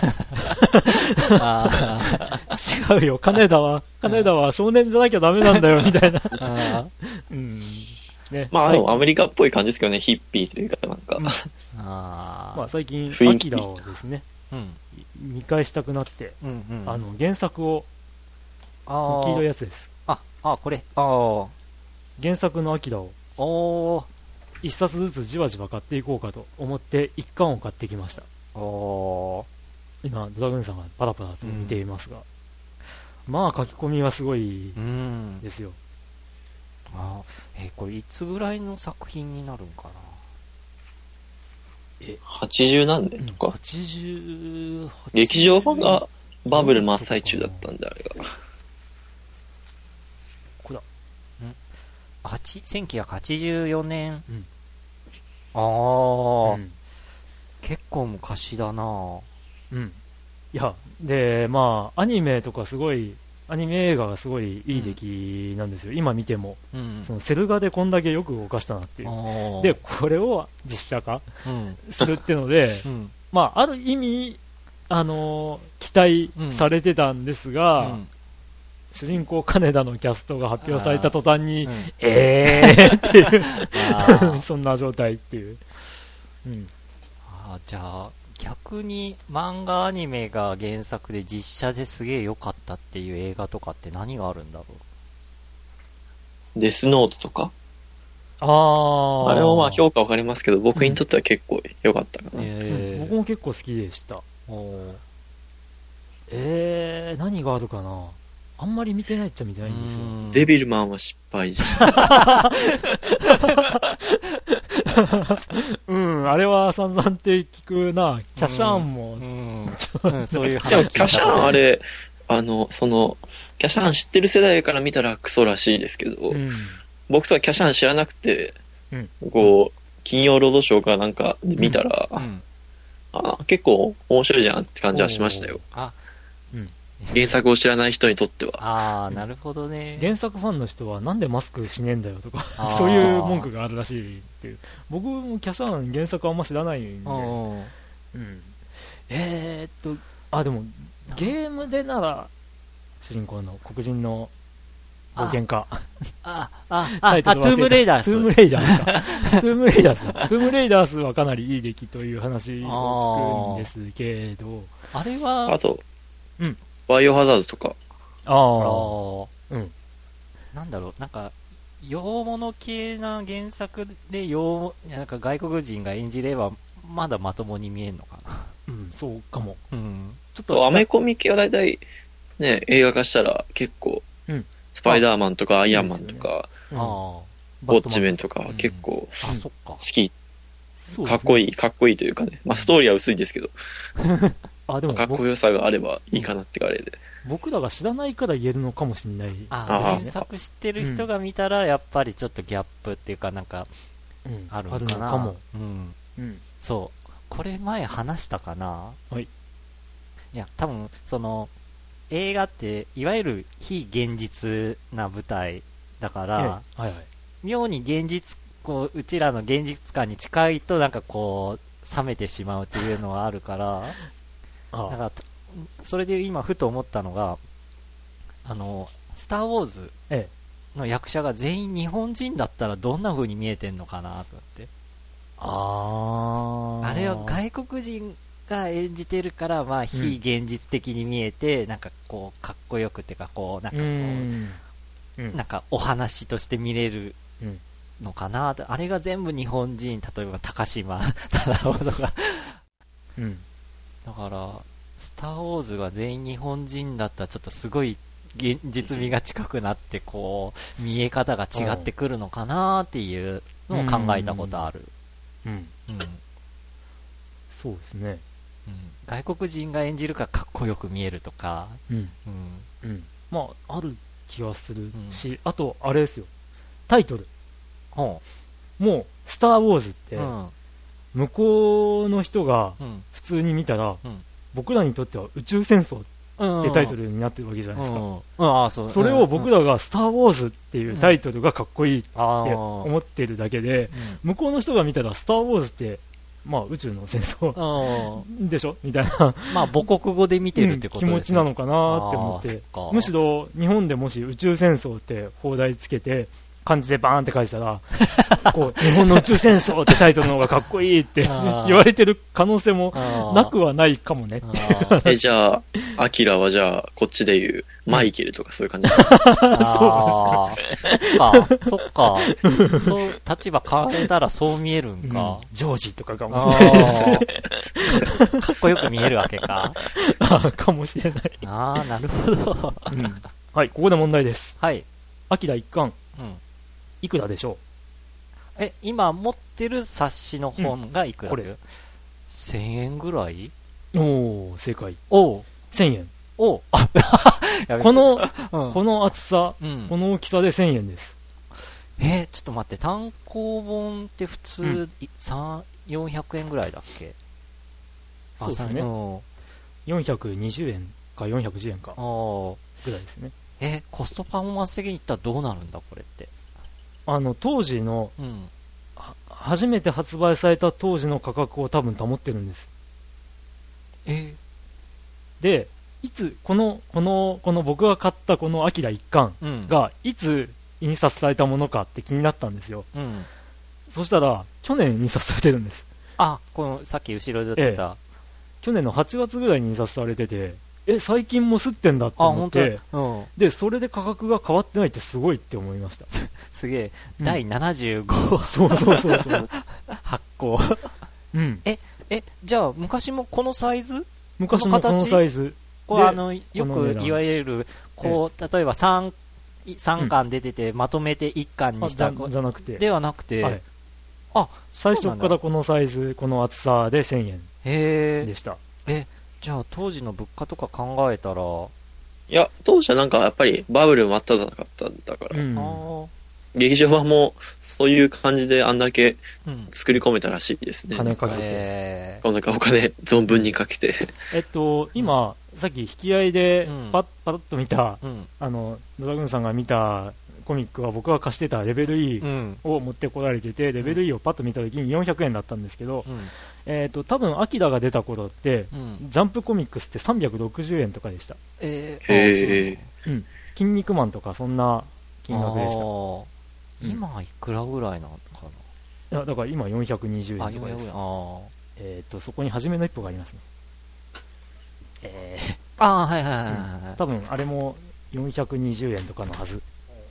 あ違うよ、金田は金田は少年じゃなきゃダメなんだよみたいなあ、 うんね、まああのアメリカっぽい感じですけどね、ヒッピーというかなんか、うん、 あまあ最近アキラをですね、うん、見返したくなって、うんうん、あの原作をあ黄色いやつです。 ああこれあ原作のアキラをお一冊ずつじわじわ買っていこうかと思って一巻を買ってきました。お今ドラグーンさんがパラパラと見ていますが、うん、まあ書き込みはすごいですよ、 うん、あえー、これいつぐらいの作品になるんかな。 えはちじゅう何年とか、うん、 はちじゅう劇場版がバブル真っ最中だったんで、あれがこれだせんきゅうひゃくはちじゅうよねん、うん、ああ、うん、結構昔だな。 うん。いや、で、まあ、アニメとかすごい、アニメ映画がすごいいい出来なんですよ。うん、今見ても、うん、そのセル画でこんだけよく動かしたなっていう。で、これを実写化、うん、するってので、うん、まあ、ある意味、あのー、期待されてたんですが、うん、主人公金田のキャストが発表された途端に、うん、えーっていうそんな状態っていう。うん、 あじゃあ逆に漫画アニメが原作で実写ですげえ良かったっていう映画とかって何があるんだろう。デスノートとか。 ああ。 あれもまあ評価分かりますけど、僕にとっては結構良かったかな、うんえー、僕も結構好きでした。えー、何があるかな。あんまり見てないっちゃ見てないんですよ。 デビルマンは失敗でした。 うん、あれは散々って聞くな。キャシャーンも、うんうん、そういう話。 でもキャシャーンあれ、あの、その、キャシャーン知ってる世代から見たらクソらしいですけど、うん、僕とかキャシャーン知らなくて、うん、こう、金曜ロードショーかなんかで見たら、うんうん、あ結構面白いじゃんって感じはしましたよ。あうん原作を知らない人にとっては。 ああ、なるほどね。 原作ファンの人はなんでマスクしねえんだよとかそういう文句があるらしいっていう。僕もキャシャーン原作あんま知らないんで、うん、えー、っとあでもゲームでなら主人公の黒人の冒険家あああああトゥームレイダーストゥームレイダースかトゥームレイダーストゥームレイダースはかなりいい出来という話を聞くんですけど、 あれはあとうんバイオハザードとか。 ああ。うん。なんだろう、なんか、洋物系な原作で、洋、なんか外国人が演じれば、まだまともに見えるのかな。 うん、そうかも。 うん。 ちょっと、アメコミ系はだいたい、ね、映画化したら結構、うん、スパイダーマンとかアイアンマンとか、ねうん、ウォッチメンとか結構、うん、好き、うん。かっこいい、かっこいいというかね。まあ、ストーリーは薄いですけど。あでもかっこよさがあればいいかなってあれで、 僕らが知らないから言えるのかもしれない。 あ原作知ってる人が見たらやっぱりちょっとギャップっていうかなんかあるのかな、うん、あるのかも、うんうん、そうこれ前話したかな。はいいや多分その映画っていわゆる非現実な舞台だから、はいはい、妙に現実こううちらの現実感に近いとなんかこう冷めてしまうっていうのはあるからだからそれで今ふと思ったのがあのスター・ウォーズの役者が全員日本人だったらどんな風に見えてんのかなと思って。 ああれは外国人が演じてるからまあ非現実的に見えて、うん、なんかこうかっこよくっていうかこうなんかこう、うんうん、なんかお話として見れるのかなと。あれが全部日本人、例えば高島忠夫とかうんだから、スター・ウォーズが全員日本人だったらちょっとすごい現実味が近くなってこう見え方が違ってくるのかなっていうのを考えたことある。うんうん、うん、 そうですね、 うん、外国人が演じるからかっこよく見えるとか、うんうんうん、まあある気はするし、うん、あとあれですよタイトル、うん、もうスター・ウォーズって、うん向こうの人が普通に見たら、うん、僕らにとっては宇宙戦争ってタイトルになってるわけじゃないですか、うんうんうん、そ, それを僕らがスター・ウォーズっていうタイトルがかっこいいって思ってるだけで、うん、向こうの人が見たらスター・ウォーズってまあ宇宙の戦争でしょみたいなまあ母国語で見てるってことです、ね、 気持ちなのかなって思ってむしろ日本でもし宇宙戦争って放題つけて漢字でバーンって書いてたらこう日本の宇宙戦争ってタイトルの方がかっこいいって言われてる可能性もなくはないかもね。 え、じゃあアキラはじゃあこっちで言うマイケルとかそういう感じ。 そうですね。そっかそっか。そう立場変えたらそう見えるんか。 うん、ジョージとかかもしれないですね。 かっこよく見えるわけか。 あかもしれない。 ああなるほど。 うん、はいここで問題です。 はい。 アキラ一巻、 うん、 いくらでしょう。え今持ってる冊子の本がいくら、うん、これせんえんぐらい。 おお正解。 おおせんえん。 おおあこの、うん、この厚さ、うん、この大きさでせんえんです。 えー、ちょっと待って、単行本って普通、うん、よんひゃくえんぐらいだっけ。 そうですね、うん、よんひゃくにじゅうえんかよんひゃくじゅうえんかぐらいですね。 えー、コストパフォーマンス的にいったらどうなるんだこれって。 あの当時の、うん、初めて発売された当時の価格を多分保ってるんです。 えー、でいつこのこのこの僕が買ったこのアキラ一巻がいつ印刷されたものかって気になったんですよ、うん、そしたら去年印刷されてるんです。 あ、このさっき後ろで出てた、ええ、 去年のはちがつぐらいに印刷されてて、え最近も刷ってんだって思って、うん、でそれで価格が変わってないってすごいって思いました。 すげえ、うん、だいななじゅうごそうそうそうそう発行うん、 ええじゃあ昔もこのサイズ、 昔もこのサイズこれあのよくいわゆるこう、ええ、例えば 3, さんかん出てて、うん、まとめていっかんにしたじゃなくてではなくて、はい、 あ最初からこのサイズこの厚さでせんえんでした。 えじゃあ当時の物価とか考えたら、 いや当時はなんかやっぱりバブル真っ只中だったんだから、うん、あ劇場版もそういう感じであんだけ作り込めたらしいですね、 うん、金かけてこんなお金存分にかけてえっと今、うん、さっき引き合いでパッ、うん、パッと見た、うん、あのドラグーンさんが見たコミックは僕が貸してたレベル E を持ってこられてて、うん、レベル E をパッと見た時によんひゃくえんだったんですけど、うん、えーと多分アキラが出た頃って、うん、ジャンプコミックスってさんびゃくろくじゅうえんとかでした。 えー、 へー、うん、筋肉マンとかそんな金額でした。 今いくらぐらいなのかな。いやだから今よんひゃくにじゅうえんとかです。 あえーとそこに初めの一歩がありますね。えー、 あはいはいはいはい、うん、 多分あれもよんひゃくにじゅうえんとかのはず。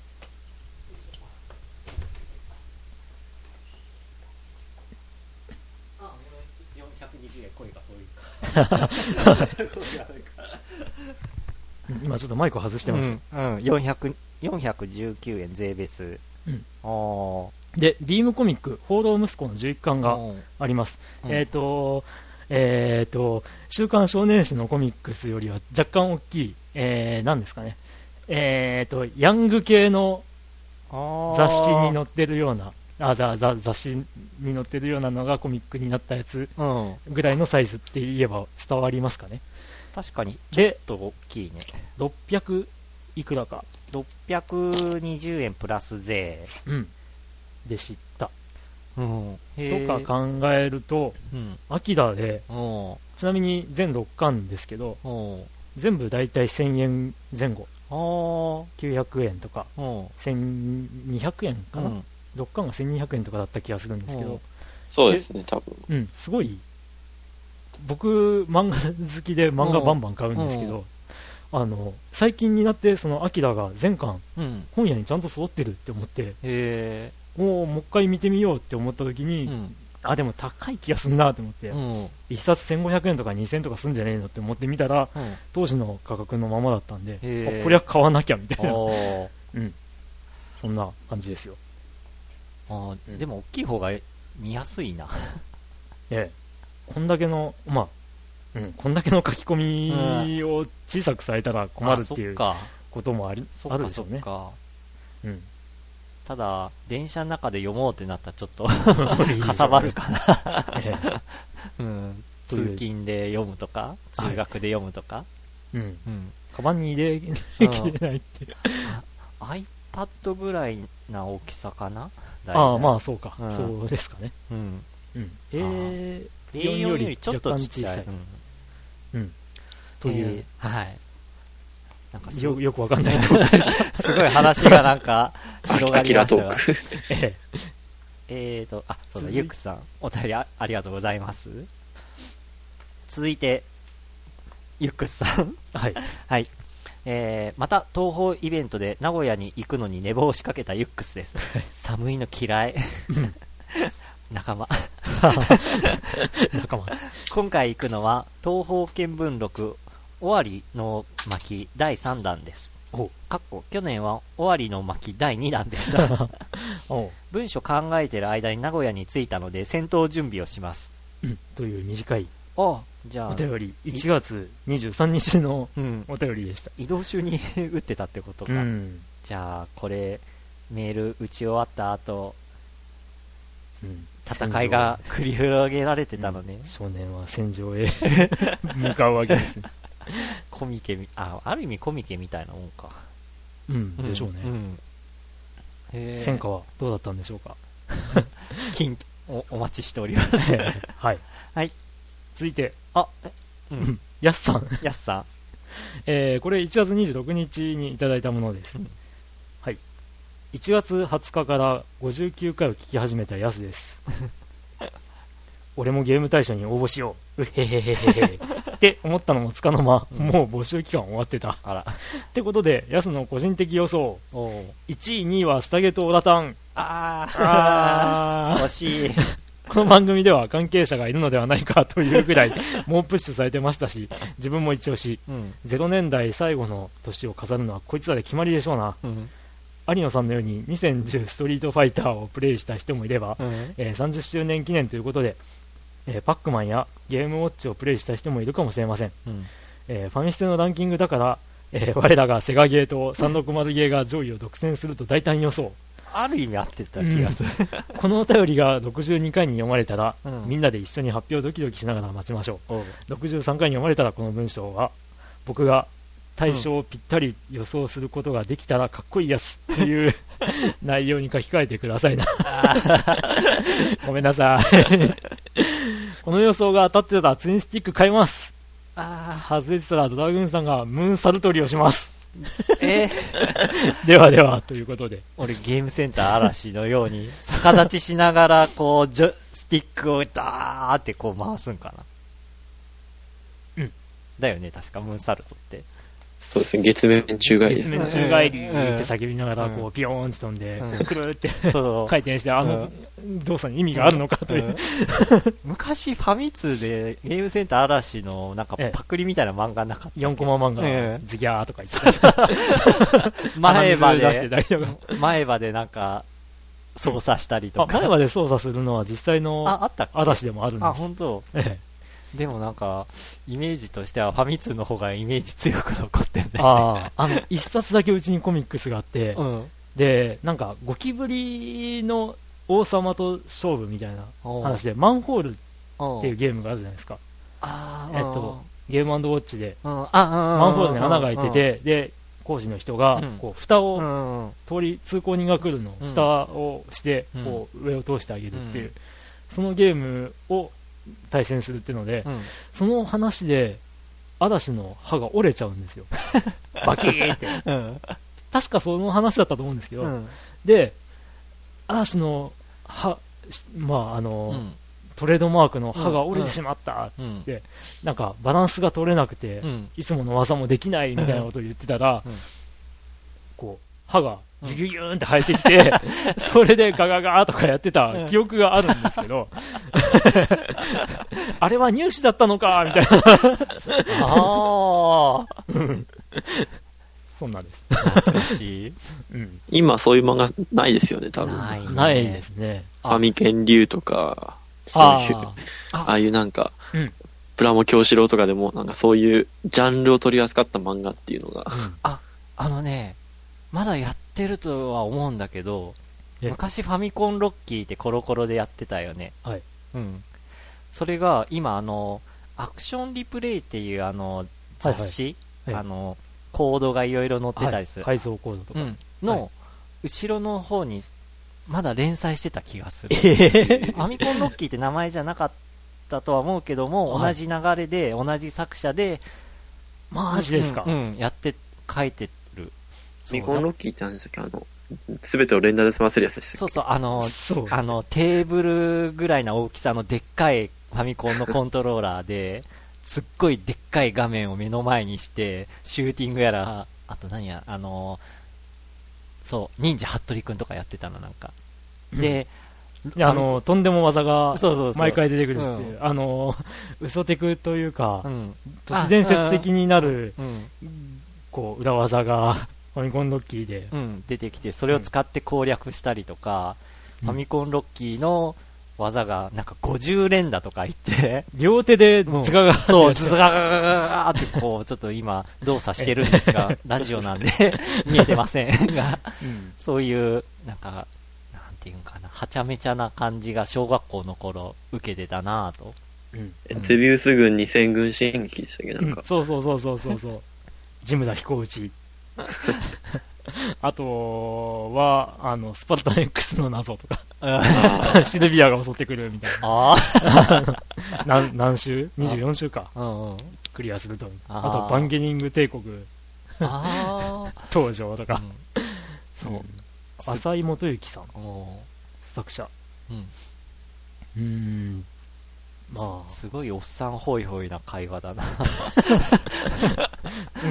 よんひゃくにじゅうえん声が遠いか今ちょっとマイク外してます、 うんうん、よんひゃく、よんひゃくじゅうきゅうえん税別、うん、あでビームコミック放浪息子のじゅういっかんがあります、うん、えっ、ー、とえっ、ー、と週刊少年誌のコミックスよりは若干大きい、えー、何ですかね、えっ、ー、とヤング系の雑誌に載ってるようなあざざ雑誌に載ってるようなのがコミックになったやつぐらいのサイズって言えば伝わりますかね。 確かにちょっと大きいね。 ろっぴゃくいくらかろっぴゃくにじゅうえんプラス税、 うん、で知った、 うん、 とか考えると、うん、アキラで、うん、ちなみに全ろっかんですけど、うん、全部だいたいせんえんぜん後、きゅうひゃくえんとか、うん、せんにひゃくえんかな、うん、ろっかんがせんにひゃくえんとかだった気がするんですけど、うん、 そうですね多分、 うん、すごい僕漫画好きで漫画バンバン買うんですけど、あの最近になってそのアキラが全巻、うん、本屋にちゃんと揃ってるって思って、 へもうもう一回見てみようって思った時に、うん、あでも高い気がすんなと思って、うん、いっさつせんごひゃくえんとかにせんえんとかすんじゃねえのって思ってみたら、うん、当時の価格のままだったんで、あこれは買わなきゃみたいな、うん、そんな感じですよ。 あでも大きい方が見やすいなええこんだけのまあ、うん、こんだけの書き込みを小さくされたら困るっていうこともあり、あるでしょうね。うん、 ただ電車の中で読もうってなったらちょっとかさばるかな、ええうん、通勤で読むとか通学で読むとか、はい、 うんうん、カバンに入れきれないっていう、 うん、iPad ぐらいな大きさかな。 ああまあそうか、うん、そうですかね、 うんうん、えーエーよん よりちょっと小さい、 うんうん、という、 えー、はいなんかよよくわかんないとでしたすごい話がなんか広がりましたがええーとあそうだゆっくさんお便り あ, ありがとうございます。続いてゆっくさんはいはい、えー、また東宝イベントで名古屋に行くのに寝坊しかけたユックスです寒いの嫌い仲間仲間今回行くのは東宝見聞録終わりの巻だいさんだんです。かっこ去年は終わりの巻だいにだんでした文章考えてる間に名古屋に着いたので戦闘準備をします、 うん、という短いおじゃあお便りいちがつにじゅうさんにちのお便りでした、 うん、移動中に打ってたってことか、うん、じゃあこれメール打ち終わった後、うん、戦いが繰り広げられてたのね、 うん、少年は戦場へ向かうわけですねコミケあある意味コミケみたいなもんか、 うん、でしょうね、うん、戦果はどうだったんでしょうか金 お, お待ちしておりますはい、 はい、 続いてあうん、 やすさんやすさん、 えー、これいちがつにじゅうろくにちにいただいたものです、うん、はいいちがつはつかからごじゅうきゅうかいを聞き始めたやすです俺もゲーム大賞に応募しよううへへへへへって思ったのもつかの間、うん、もう募集期間終わってたあらってことでやすの個人的予想いちいにいは下着とオラタンああ惜しいこの番組では関係者がいるのではないかというぐらい猛プッシュされてましたし自分も一押し、うん、ゼロねんだい最後の年を飾るのはこいつらで決まりでしょうな、うん有野さんのようににせんじゅうストリートファイターをプレイした人もいれば、うんえー、さんじゅっしゅうねん記念ということで、えー、パックマンやゲームウォッチをプレイした人もいるかもしれません、うんえー、ファミステのランキングだから、えー、我らがセガゲーとさんろくまるゲーが上位を独占すると大胆予想ある意味合ってた気がする、 うん、このお便りがろくじゅうにかいに読まれたら、うん、みんなで一緒に発表ドキドキしながら待ちましょう、うん、ろくじゅうさんかいに読まれたらこの文章は僕が対象をぴったり予想することができたらかっこいいやつという内容に書き換えてくださいなごめんなさいこの予想が当たってたらツインスティック買います。あ外れてたらドラグーンさんがムーンサルトリをしますえー、ではではということで俺ゲームセンター嵐のように逆立ちしながらこうジョスティックをダーってこう回すんかな。うんだよね確かムーンサルトってそうですね、月面宙返り月面宙返りって叫びながらこうピヨーンって飛んで、うん、くるって回転してあの動作に意味があるのかという、うん、 昔ファミ通でゲームセンター嵐のなんかパクリみたいな漫画なかった、 よんコマ漫画、ええ、ズギャーとか言ってた前歯で前歯でなんか操作したりとか、 前歯で操作するのは実際の嵐でもあるんです。 あ、本当。ええでもなんかイメージとしてはファミ通の方がイメージ強く残ってるんだよね。 ああの一冊だけうちにコミックスがあって、うん、でなんかゴキブリの王様と勝負みたいな話でマンホールっていうゲームがあるじゃないですか。あ、えっと、ゲーム&ウォッチでマンホールに穴が開いてて、で講師の人がこう蓋を通り通行人が来るの蓋をしてこう上を通してあげるっていうそのゲームを対戦するっていうので、うん、その話で嵐の歯が折れちゃうんですよバキーって、うん、確かその話だったと思うんですけど、うん、で嵐の歯、まああの、うん、トレードマークの歯が折れてしまったって、うん、なんかバランスが取れなくて、うん、いつもの技もできないみたいなことを言ってたら、こう歯がギュギュギューンって生えてきて、うん、それでガガガーとかやってた記憶があるんですけど、うん、あれは乳歯だったのかみたいなあそんなんです懐かしい、 うん、今そういう漫画ないですよね多分。 ない、ね、ないですね。 ファミケン流とかそういう あ, ああいうなんか、うん、プラモ教師郎とかでもなんかそういうジャンルを取り扱った漫画っていうのが、うん、 ああのねまだやってるとは思うんだけど、昔ファミコンロッキーってコロコロでやってたよね。はい。うん。それが今あのアクションリプレイっていうあの雑誌、はいはい、あのコードがいろいろ載ってたりする、 はい、改造コードとか、 うん、の後ろの方にまだ連載してた気がする。ファミコンロッキーって名前じゃなかったとは思うけども、はい、同じ流れで同じ作者でマジですか、 うん、うん、やって書いてる。 ファミコンロッキーって何でしたっけ、あの、すべてを連打で済ませるやつでしたっけ。 そうそう、あの、あの、テーブルぐらいな大きさのでっかいファミコンのコントローラーで、すっごいでっかい画面を目の前にして、シューティングやら、あと何や、あの、そう、忍者ハットリくんとかやってたの、なんか。で、 うん、あの、とんでも技がそうそうそう毎回出てくるっていう、うん、あの、嘘テクというか、うん、都市伝説的になる、うん、こう、裏技が、ファミコンロッキーで、 うん、出てきて、それを使って攻略したりとか、うん、ファミコンロッキーの技がなんかごじゅう連打とか言って両手でズガガ、うん、 そうズガガガガガってこうちょっと今動作してるんですがラジオなんで見えてませんが、うん、そういうなんかなんていうんかな、はちゃめちゃな感じが小学校の頃受けてたなぁと、 うん、ゼビウス軍にせん軍進撃でしたっけ、なんか、 うん、そうそうそうそうそうそうジムダ彦内あとはあのスパルタン X の謎とかシルビアが襲ってくるみたいな何, 何周 ?にじゅうよん 周か、うんうん、クリアすると、あとバンゲリング帝国登場とか、うん、そう、うん、浅井元幸さん作者、うん、うーんまあ、す, すごいおっさんホイホイな会話だなうー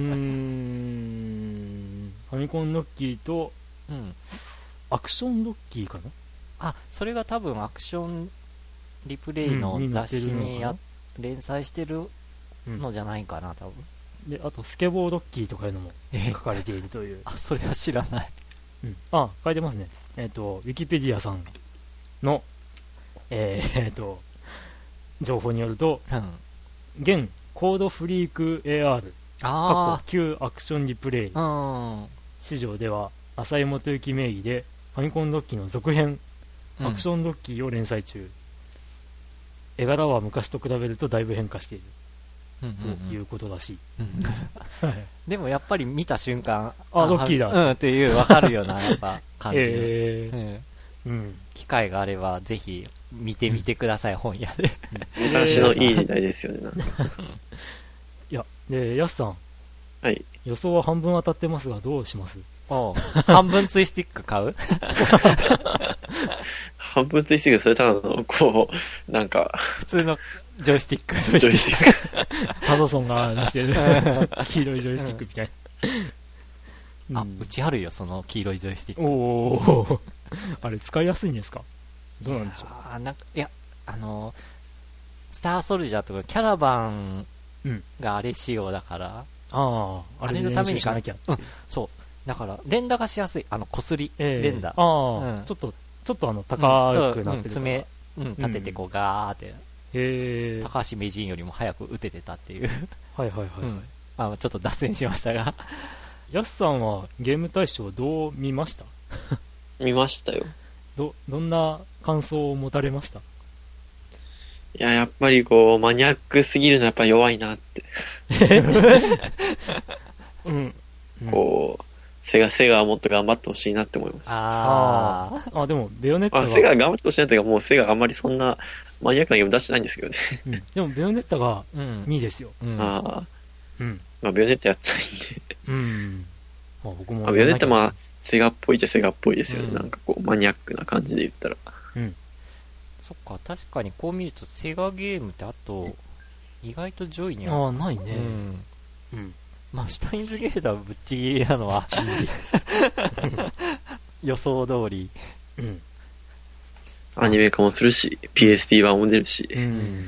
んファミコンロッキーと、うん、アクションロッキーかな。 あ、それが多分アクションリプレイの雑誌にや、うん、連載してるのじゃないかな、多分。 で、あとスケボーロッキーとかいうのも書かれているという。 あ、それは知らない。 うん、あ、書いてますね。えっ、ー、と、ウィキペディアさんの、えー、えー、と、情報によると、うん、現コードフリーク エーアール 過去旧アクションリプレイ市場では浅井元幸名義でファミコンロッキーの続編、うん、アクションロッキーを連載中。絵柄は昔と比べるとだいぶ変化している、うんうんうん、ということらしい、うん、 でもやっぱり見た瞬間あロッキーだ、 うん、っていう分かるようなやっぱ感じ、 えーうん、 機会があればぜひ見てみてください、うん、本屋で昔のいい時代ですよねなんかいやでヤスさん、 はい、 予想は半分当たってますがどうします？ おう半分ツイスティック買う半分ツイスティック、それただのこうなんか普通のジョイスティックジョイスティックハドソンが出してる黄色いジョイスティックみたいな、うん、あ、うちあるよその黄色いジョイスティック。 おおあれ使いやすいんですか？どうなんでしょう。 あ、なんかいや、あのスターソルジャーとかキャラバンがあれ仕様だから、うん、 ああ、あれのためにかなきゃ、 うん、そうだから連打がしやすい、あのこすり、えー、連打、 ああ、うん、ちょっとちょっとあの高くなってる、うん、 爪、うん、立ててこうガーって、 へ、 高橋名人よりも早く打ててたっていうはいはいはい、 うん、あのちょっと脱線しましたがヤスさんはゲーム大賞どう見ました？ 見ましたよ。 どどんな感想を持たれました？ いや、やっぱりこうマニアックすぎるのはやっぱ弱いなってうん、こうセガセガはもっと頑張ってほしいなって思いました。 ああ、でもベヨネッタが、 あ、セガ頑張ってほしいなっていうか、もうセガあんまりそんなマニアックなゲーム出してないんですけどね、 うん、でもベヨネッタがにいですよ、 うん、ああ、うん、まあベヨネッタやってないんで、 うん、まあ、僕もまあ、ベヨネッタまあセガっぽいっちゃセガっぽいですよね、うん、なんかこうマニアックな感じで言ったら、 うん、そっか、確かにこう見るとセガゲームってあと意外と上位にはああないね、 うん、うん、まあシュタインズゲートはぶっちぎりなのは予想通り、うん、 アニメ化もするし ピーエスピー 版も出るし、うん、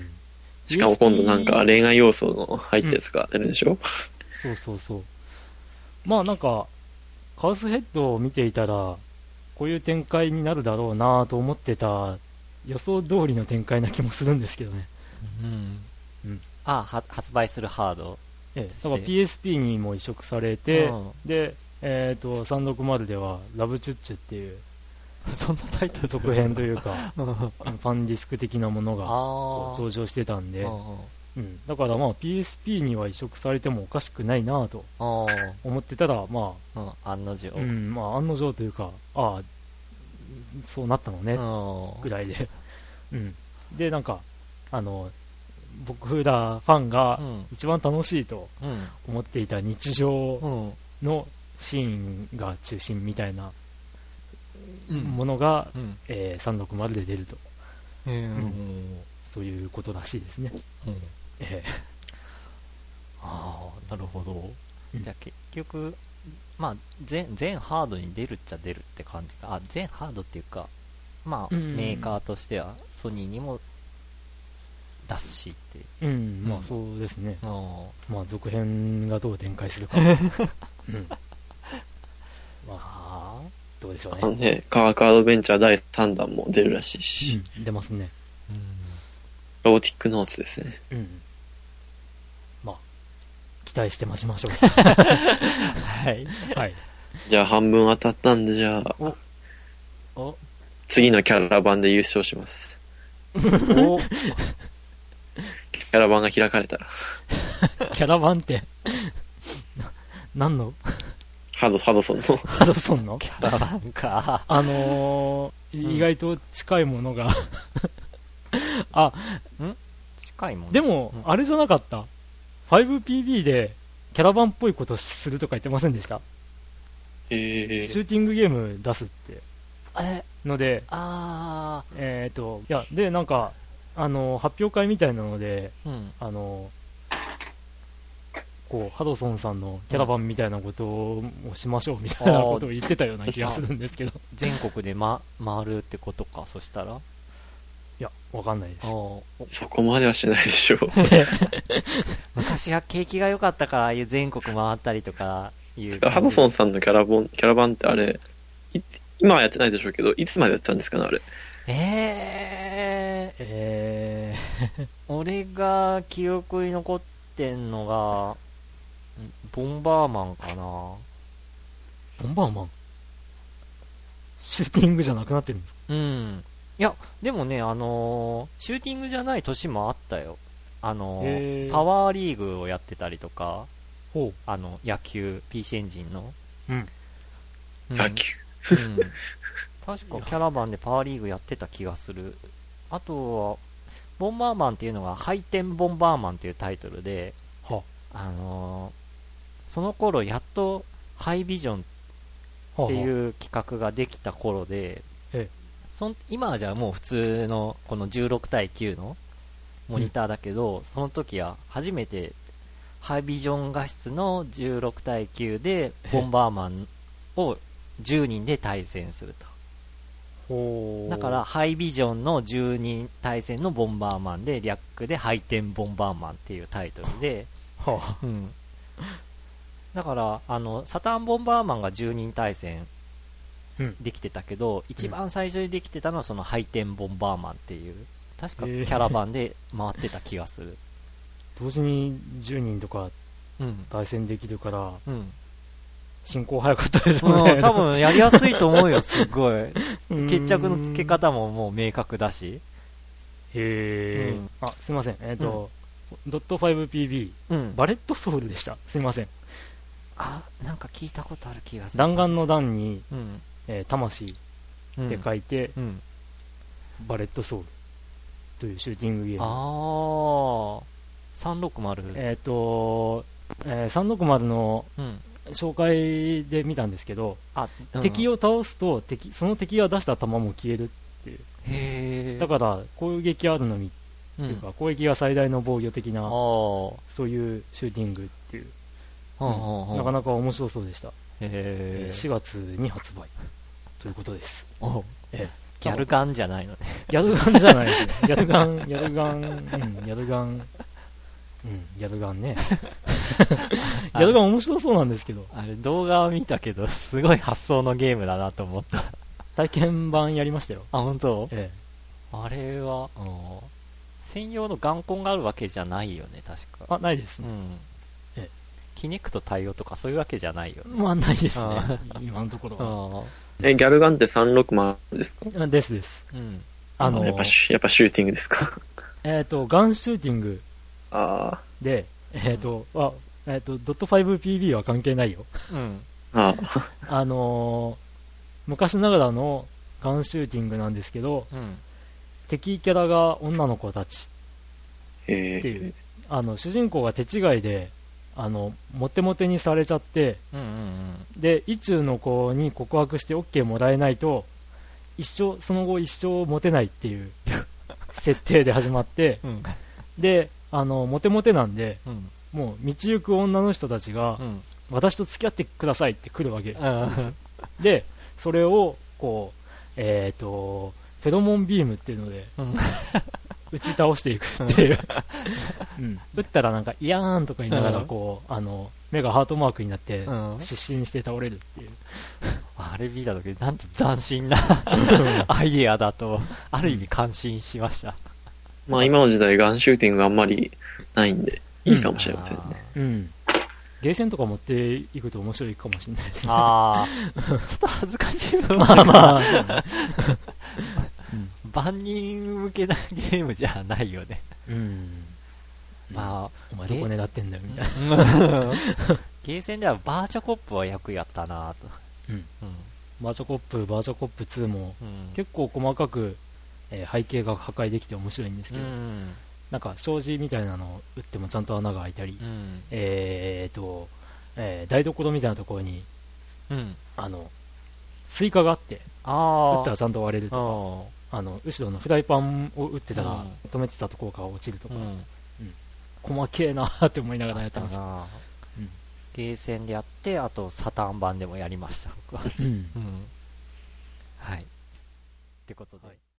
しかも今度なんか恋愛要素の入ったやつが出るんでしょ、うん、 そうそうそう、まあなんかカウスヘッドを見ていたらこういう展開になるだろうなと思ってた予想通りの展開な気もするんですけどね、 うんうん、あは発売するハード、 ええ、だから ピーエスピー にも移植されて、で、えーと、さんびゃくろくじゅうではラブチュッチュっていうそんなタイトル続編というかファンディスク的なものが登場してたんで、うん、だからまあ ピーエスピー には移植されてもおかしくないなと思ってたら、まあ、 うん、案の定、 うん、まあ案の定というか、ああそうなったのねぐらいで、うん、でなんかあの僕らファンが一番楽しいと思っていた日常のシーンが中心みたいなものが、うん、えー、さんろくまるで出ると、うんうん、そういうことらしいですね、うん、えー、 ああ、なるほど、うん、じゃあ結局まあ全全ハードに出るっちゃ出るって感じか。あ、全ハードっていうか、まあ、うん、メーカーとしてはソニーにも出すしって、 うん、うん、まあそうですね、まあ続編がどう展開するか、うん、まあどうでしょうね。あのね、 科学アドベンチャーだいさんだんも出るらしいし、 うん、出ますね、うん、 ロボティックノーツですね、うん、 まあ期待して待ちましょうはい、はい、 じゃあ半分当たったんで、じゃあおお次のキャラバンで優勝しますおキャラバンが開かれたらキャラバンって何のハド、ハドソンのハドソンのキャラバンか。 あのー、うん、意外と近いものがあ、 ん近いものでも、うん、あれじゃなかった ファイブピービー でキャラバンっぽいことするとか言ってませんでした？ えー、 シューティングゲーム出すってえので、 あーえっ、ー、と、いや、で、なんか、あの、発表会みたいなので、うん、あの、こう、ハドソンさんのキャラバンみたいなことをしましょうみたいなことを言ってたような気がするんですけど。 全国で、ま、回るってことか、そしたら？いや、わかんないです。 そこまではしないでしょう。 昔は景気が良かったから、ああいう全国回ったりとかいう。 ハドソンさんのキャラボン、キャラバンってあれ、今はやってないでしょうけど、いつまでやってたんですかね、あれ。 えー、えー、俺が記憶に残ってんのが、ボンバーマンかな。ボンバーマンシューティングじゃなくなってるんですか？ うん。いや、でもね、あのー、シューティングじゃない年もあったよ。あのー、パワーリーグをやってたりとか、 ほう、 あの、野球、ピーシー エンジンの。 うん。 うん、野球うん、確かキャラバンでパワーリーグやってた気がする。あとはボンバーマンっていうのがハイテンボンバーマンっていうタイトルで、 はあのー、その頃やっとハイビジョンっていう企画ができた頃で、 ははそん今はじゃあもう普通のこのじゅうろくたいきゅうのモニターだけど、うん、その時は初めてハイビジョン画質のじゅうろくたいきゅうでボンバーマンをじゅうにんで対戦すると。だからハイビジョンのじゅうにん対戦のボンバーマンで、略でハイテンボンバーマンっていうタイトルで、うん、だからあのサターンボンバーマンがじゅうにん対戦できてたけど、うん、一番最初にできてたのはそのハイテンボンバーマンっていう確かキャラバンで回ってた気がする、 えー、同時にじゅうにんとか対戦できるから、うんうん、進行早かったでしょうね、 うん、多分やりやすいと思うよすごい決着のつけ方ももう明確だし。 へえ、うん、あ、すいません、えっ、ー、と、うん、ドット ファイブピービー、うん、バレットソウルでした。すいません。 あ、なんか聞いたことある気がする。 弾丸の弾に、うん、えー、魂って書いて、うん、バレットソウルというシューティングゲーム。 ああ、さんろくまる。 えっ、ー、と、えー、さんろくまるの、うん紹介で見たんですけど、あ、うん、敵を倒すと敵その敵が出した弾も消えるっていう。 へー。 だから攻撃あるのみっていうか、うん、攻撃が最大の防御的なそういうシューティングっていう、うんうん、なかなか面白そうでした。 へー。 しがつに発売ということです。 おえギャルガンじゃないのね。 ギャルガンじゃないですね。ギャルガンギャルガン、うん、ギャルガンうん、ギャルガンねギャルガン面白そうなんですけど、 あれ動画を見たけどすごい発想のゲームだなと思った体験版やりましたよ。 あ、本当？ ええ、 あれは、うん、専用のガンコンがあるわけじゃないよね確か。 あ、ないですね、うん、 ええ、キネクト対応とかそういうわけじゃないよね。 まあないですね今のところは。 え、ギャルガンってさんろくまるですか？ ですです、うん、 あのー、やっぱやっぱシューティングですか？ えっとガンシューティングあで、えっ、ー、と、うん、あ、えっ、ー、と、ドット ファイブピービー は関係ないよ。 うん。 ああのー、昔ながらのガンシューティングなんですけど、うん、敵キャラが女の子たちっていう、あの主人公が手違いであのモテモテにされちゃって、うんうんうん、で意中の子に告白して OK もらえないと一生その後一生モテないっていう設定で始まって、うん、であのモテモテなんで、うん、もう道行く女の人たちが、うん、私と付き合ってくださいって来るわけですよ。でそれをこう、えーと、フェロモンビームっていうので、うん、打ち倒していくっていう、うん、打ったらなんかイヤーンとか言いながらこう、うん、あの目がハートマークになって失神して倒れるっていう、 うん、あれ見た時なんと斬新なアイデアだとある意味感心しました。 まあ今の時代ガンシューティングあんまりないんでいいかもしれませんね。 うん、うんゲーセンとか持っていくと面白いかもしれないですね。 ああ、ちょっと恥ずかしい部分まあまあ、そうね、 万人向けなゲームじゃないよね。うん。まあ、 お前どこ狙ってんだよみたいな。 ゲーセンではバーチャコップは役やったなと。うん。うん、 バーチャコップ、バーチャコップツーも、結構細かく、えー、背景が破壊できて面白いんですけど。うんなんか障子みたいなのを打ってもちゃんと穴が開いたり、うん、えーと、えー、台所みたいなところに、うん、あのスイカがあって打ったらちゃんと割れるとか、あの後ろのフライパンを打ってたら止めてたところが落ちるとか、うんうん、細けえなーって思いながらやってました。 うん、ゲーセンでやって、あとサターン版でもやりました僕は。うんうん、はい。ってことで。はい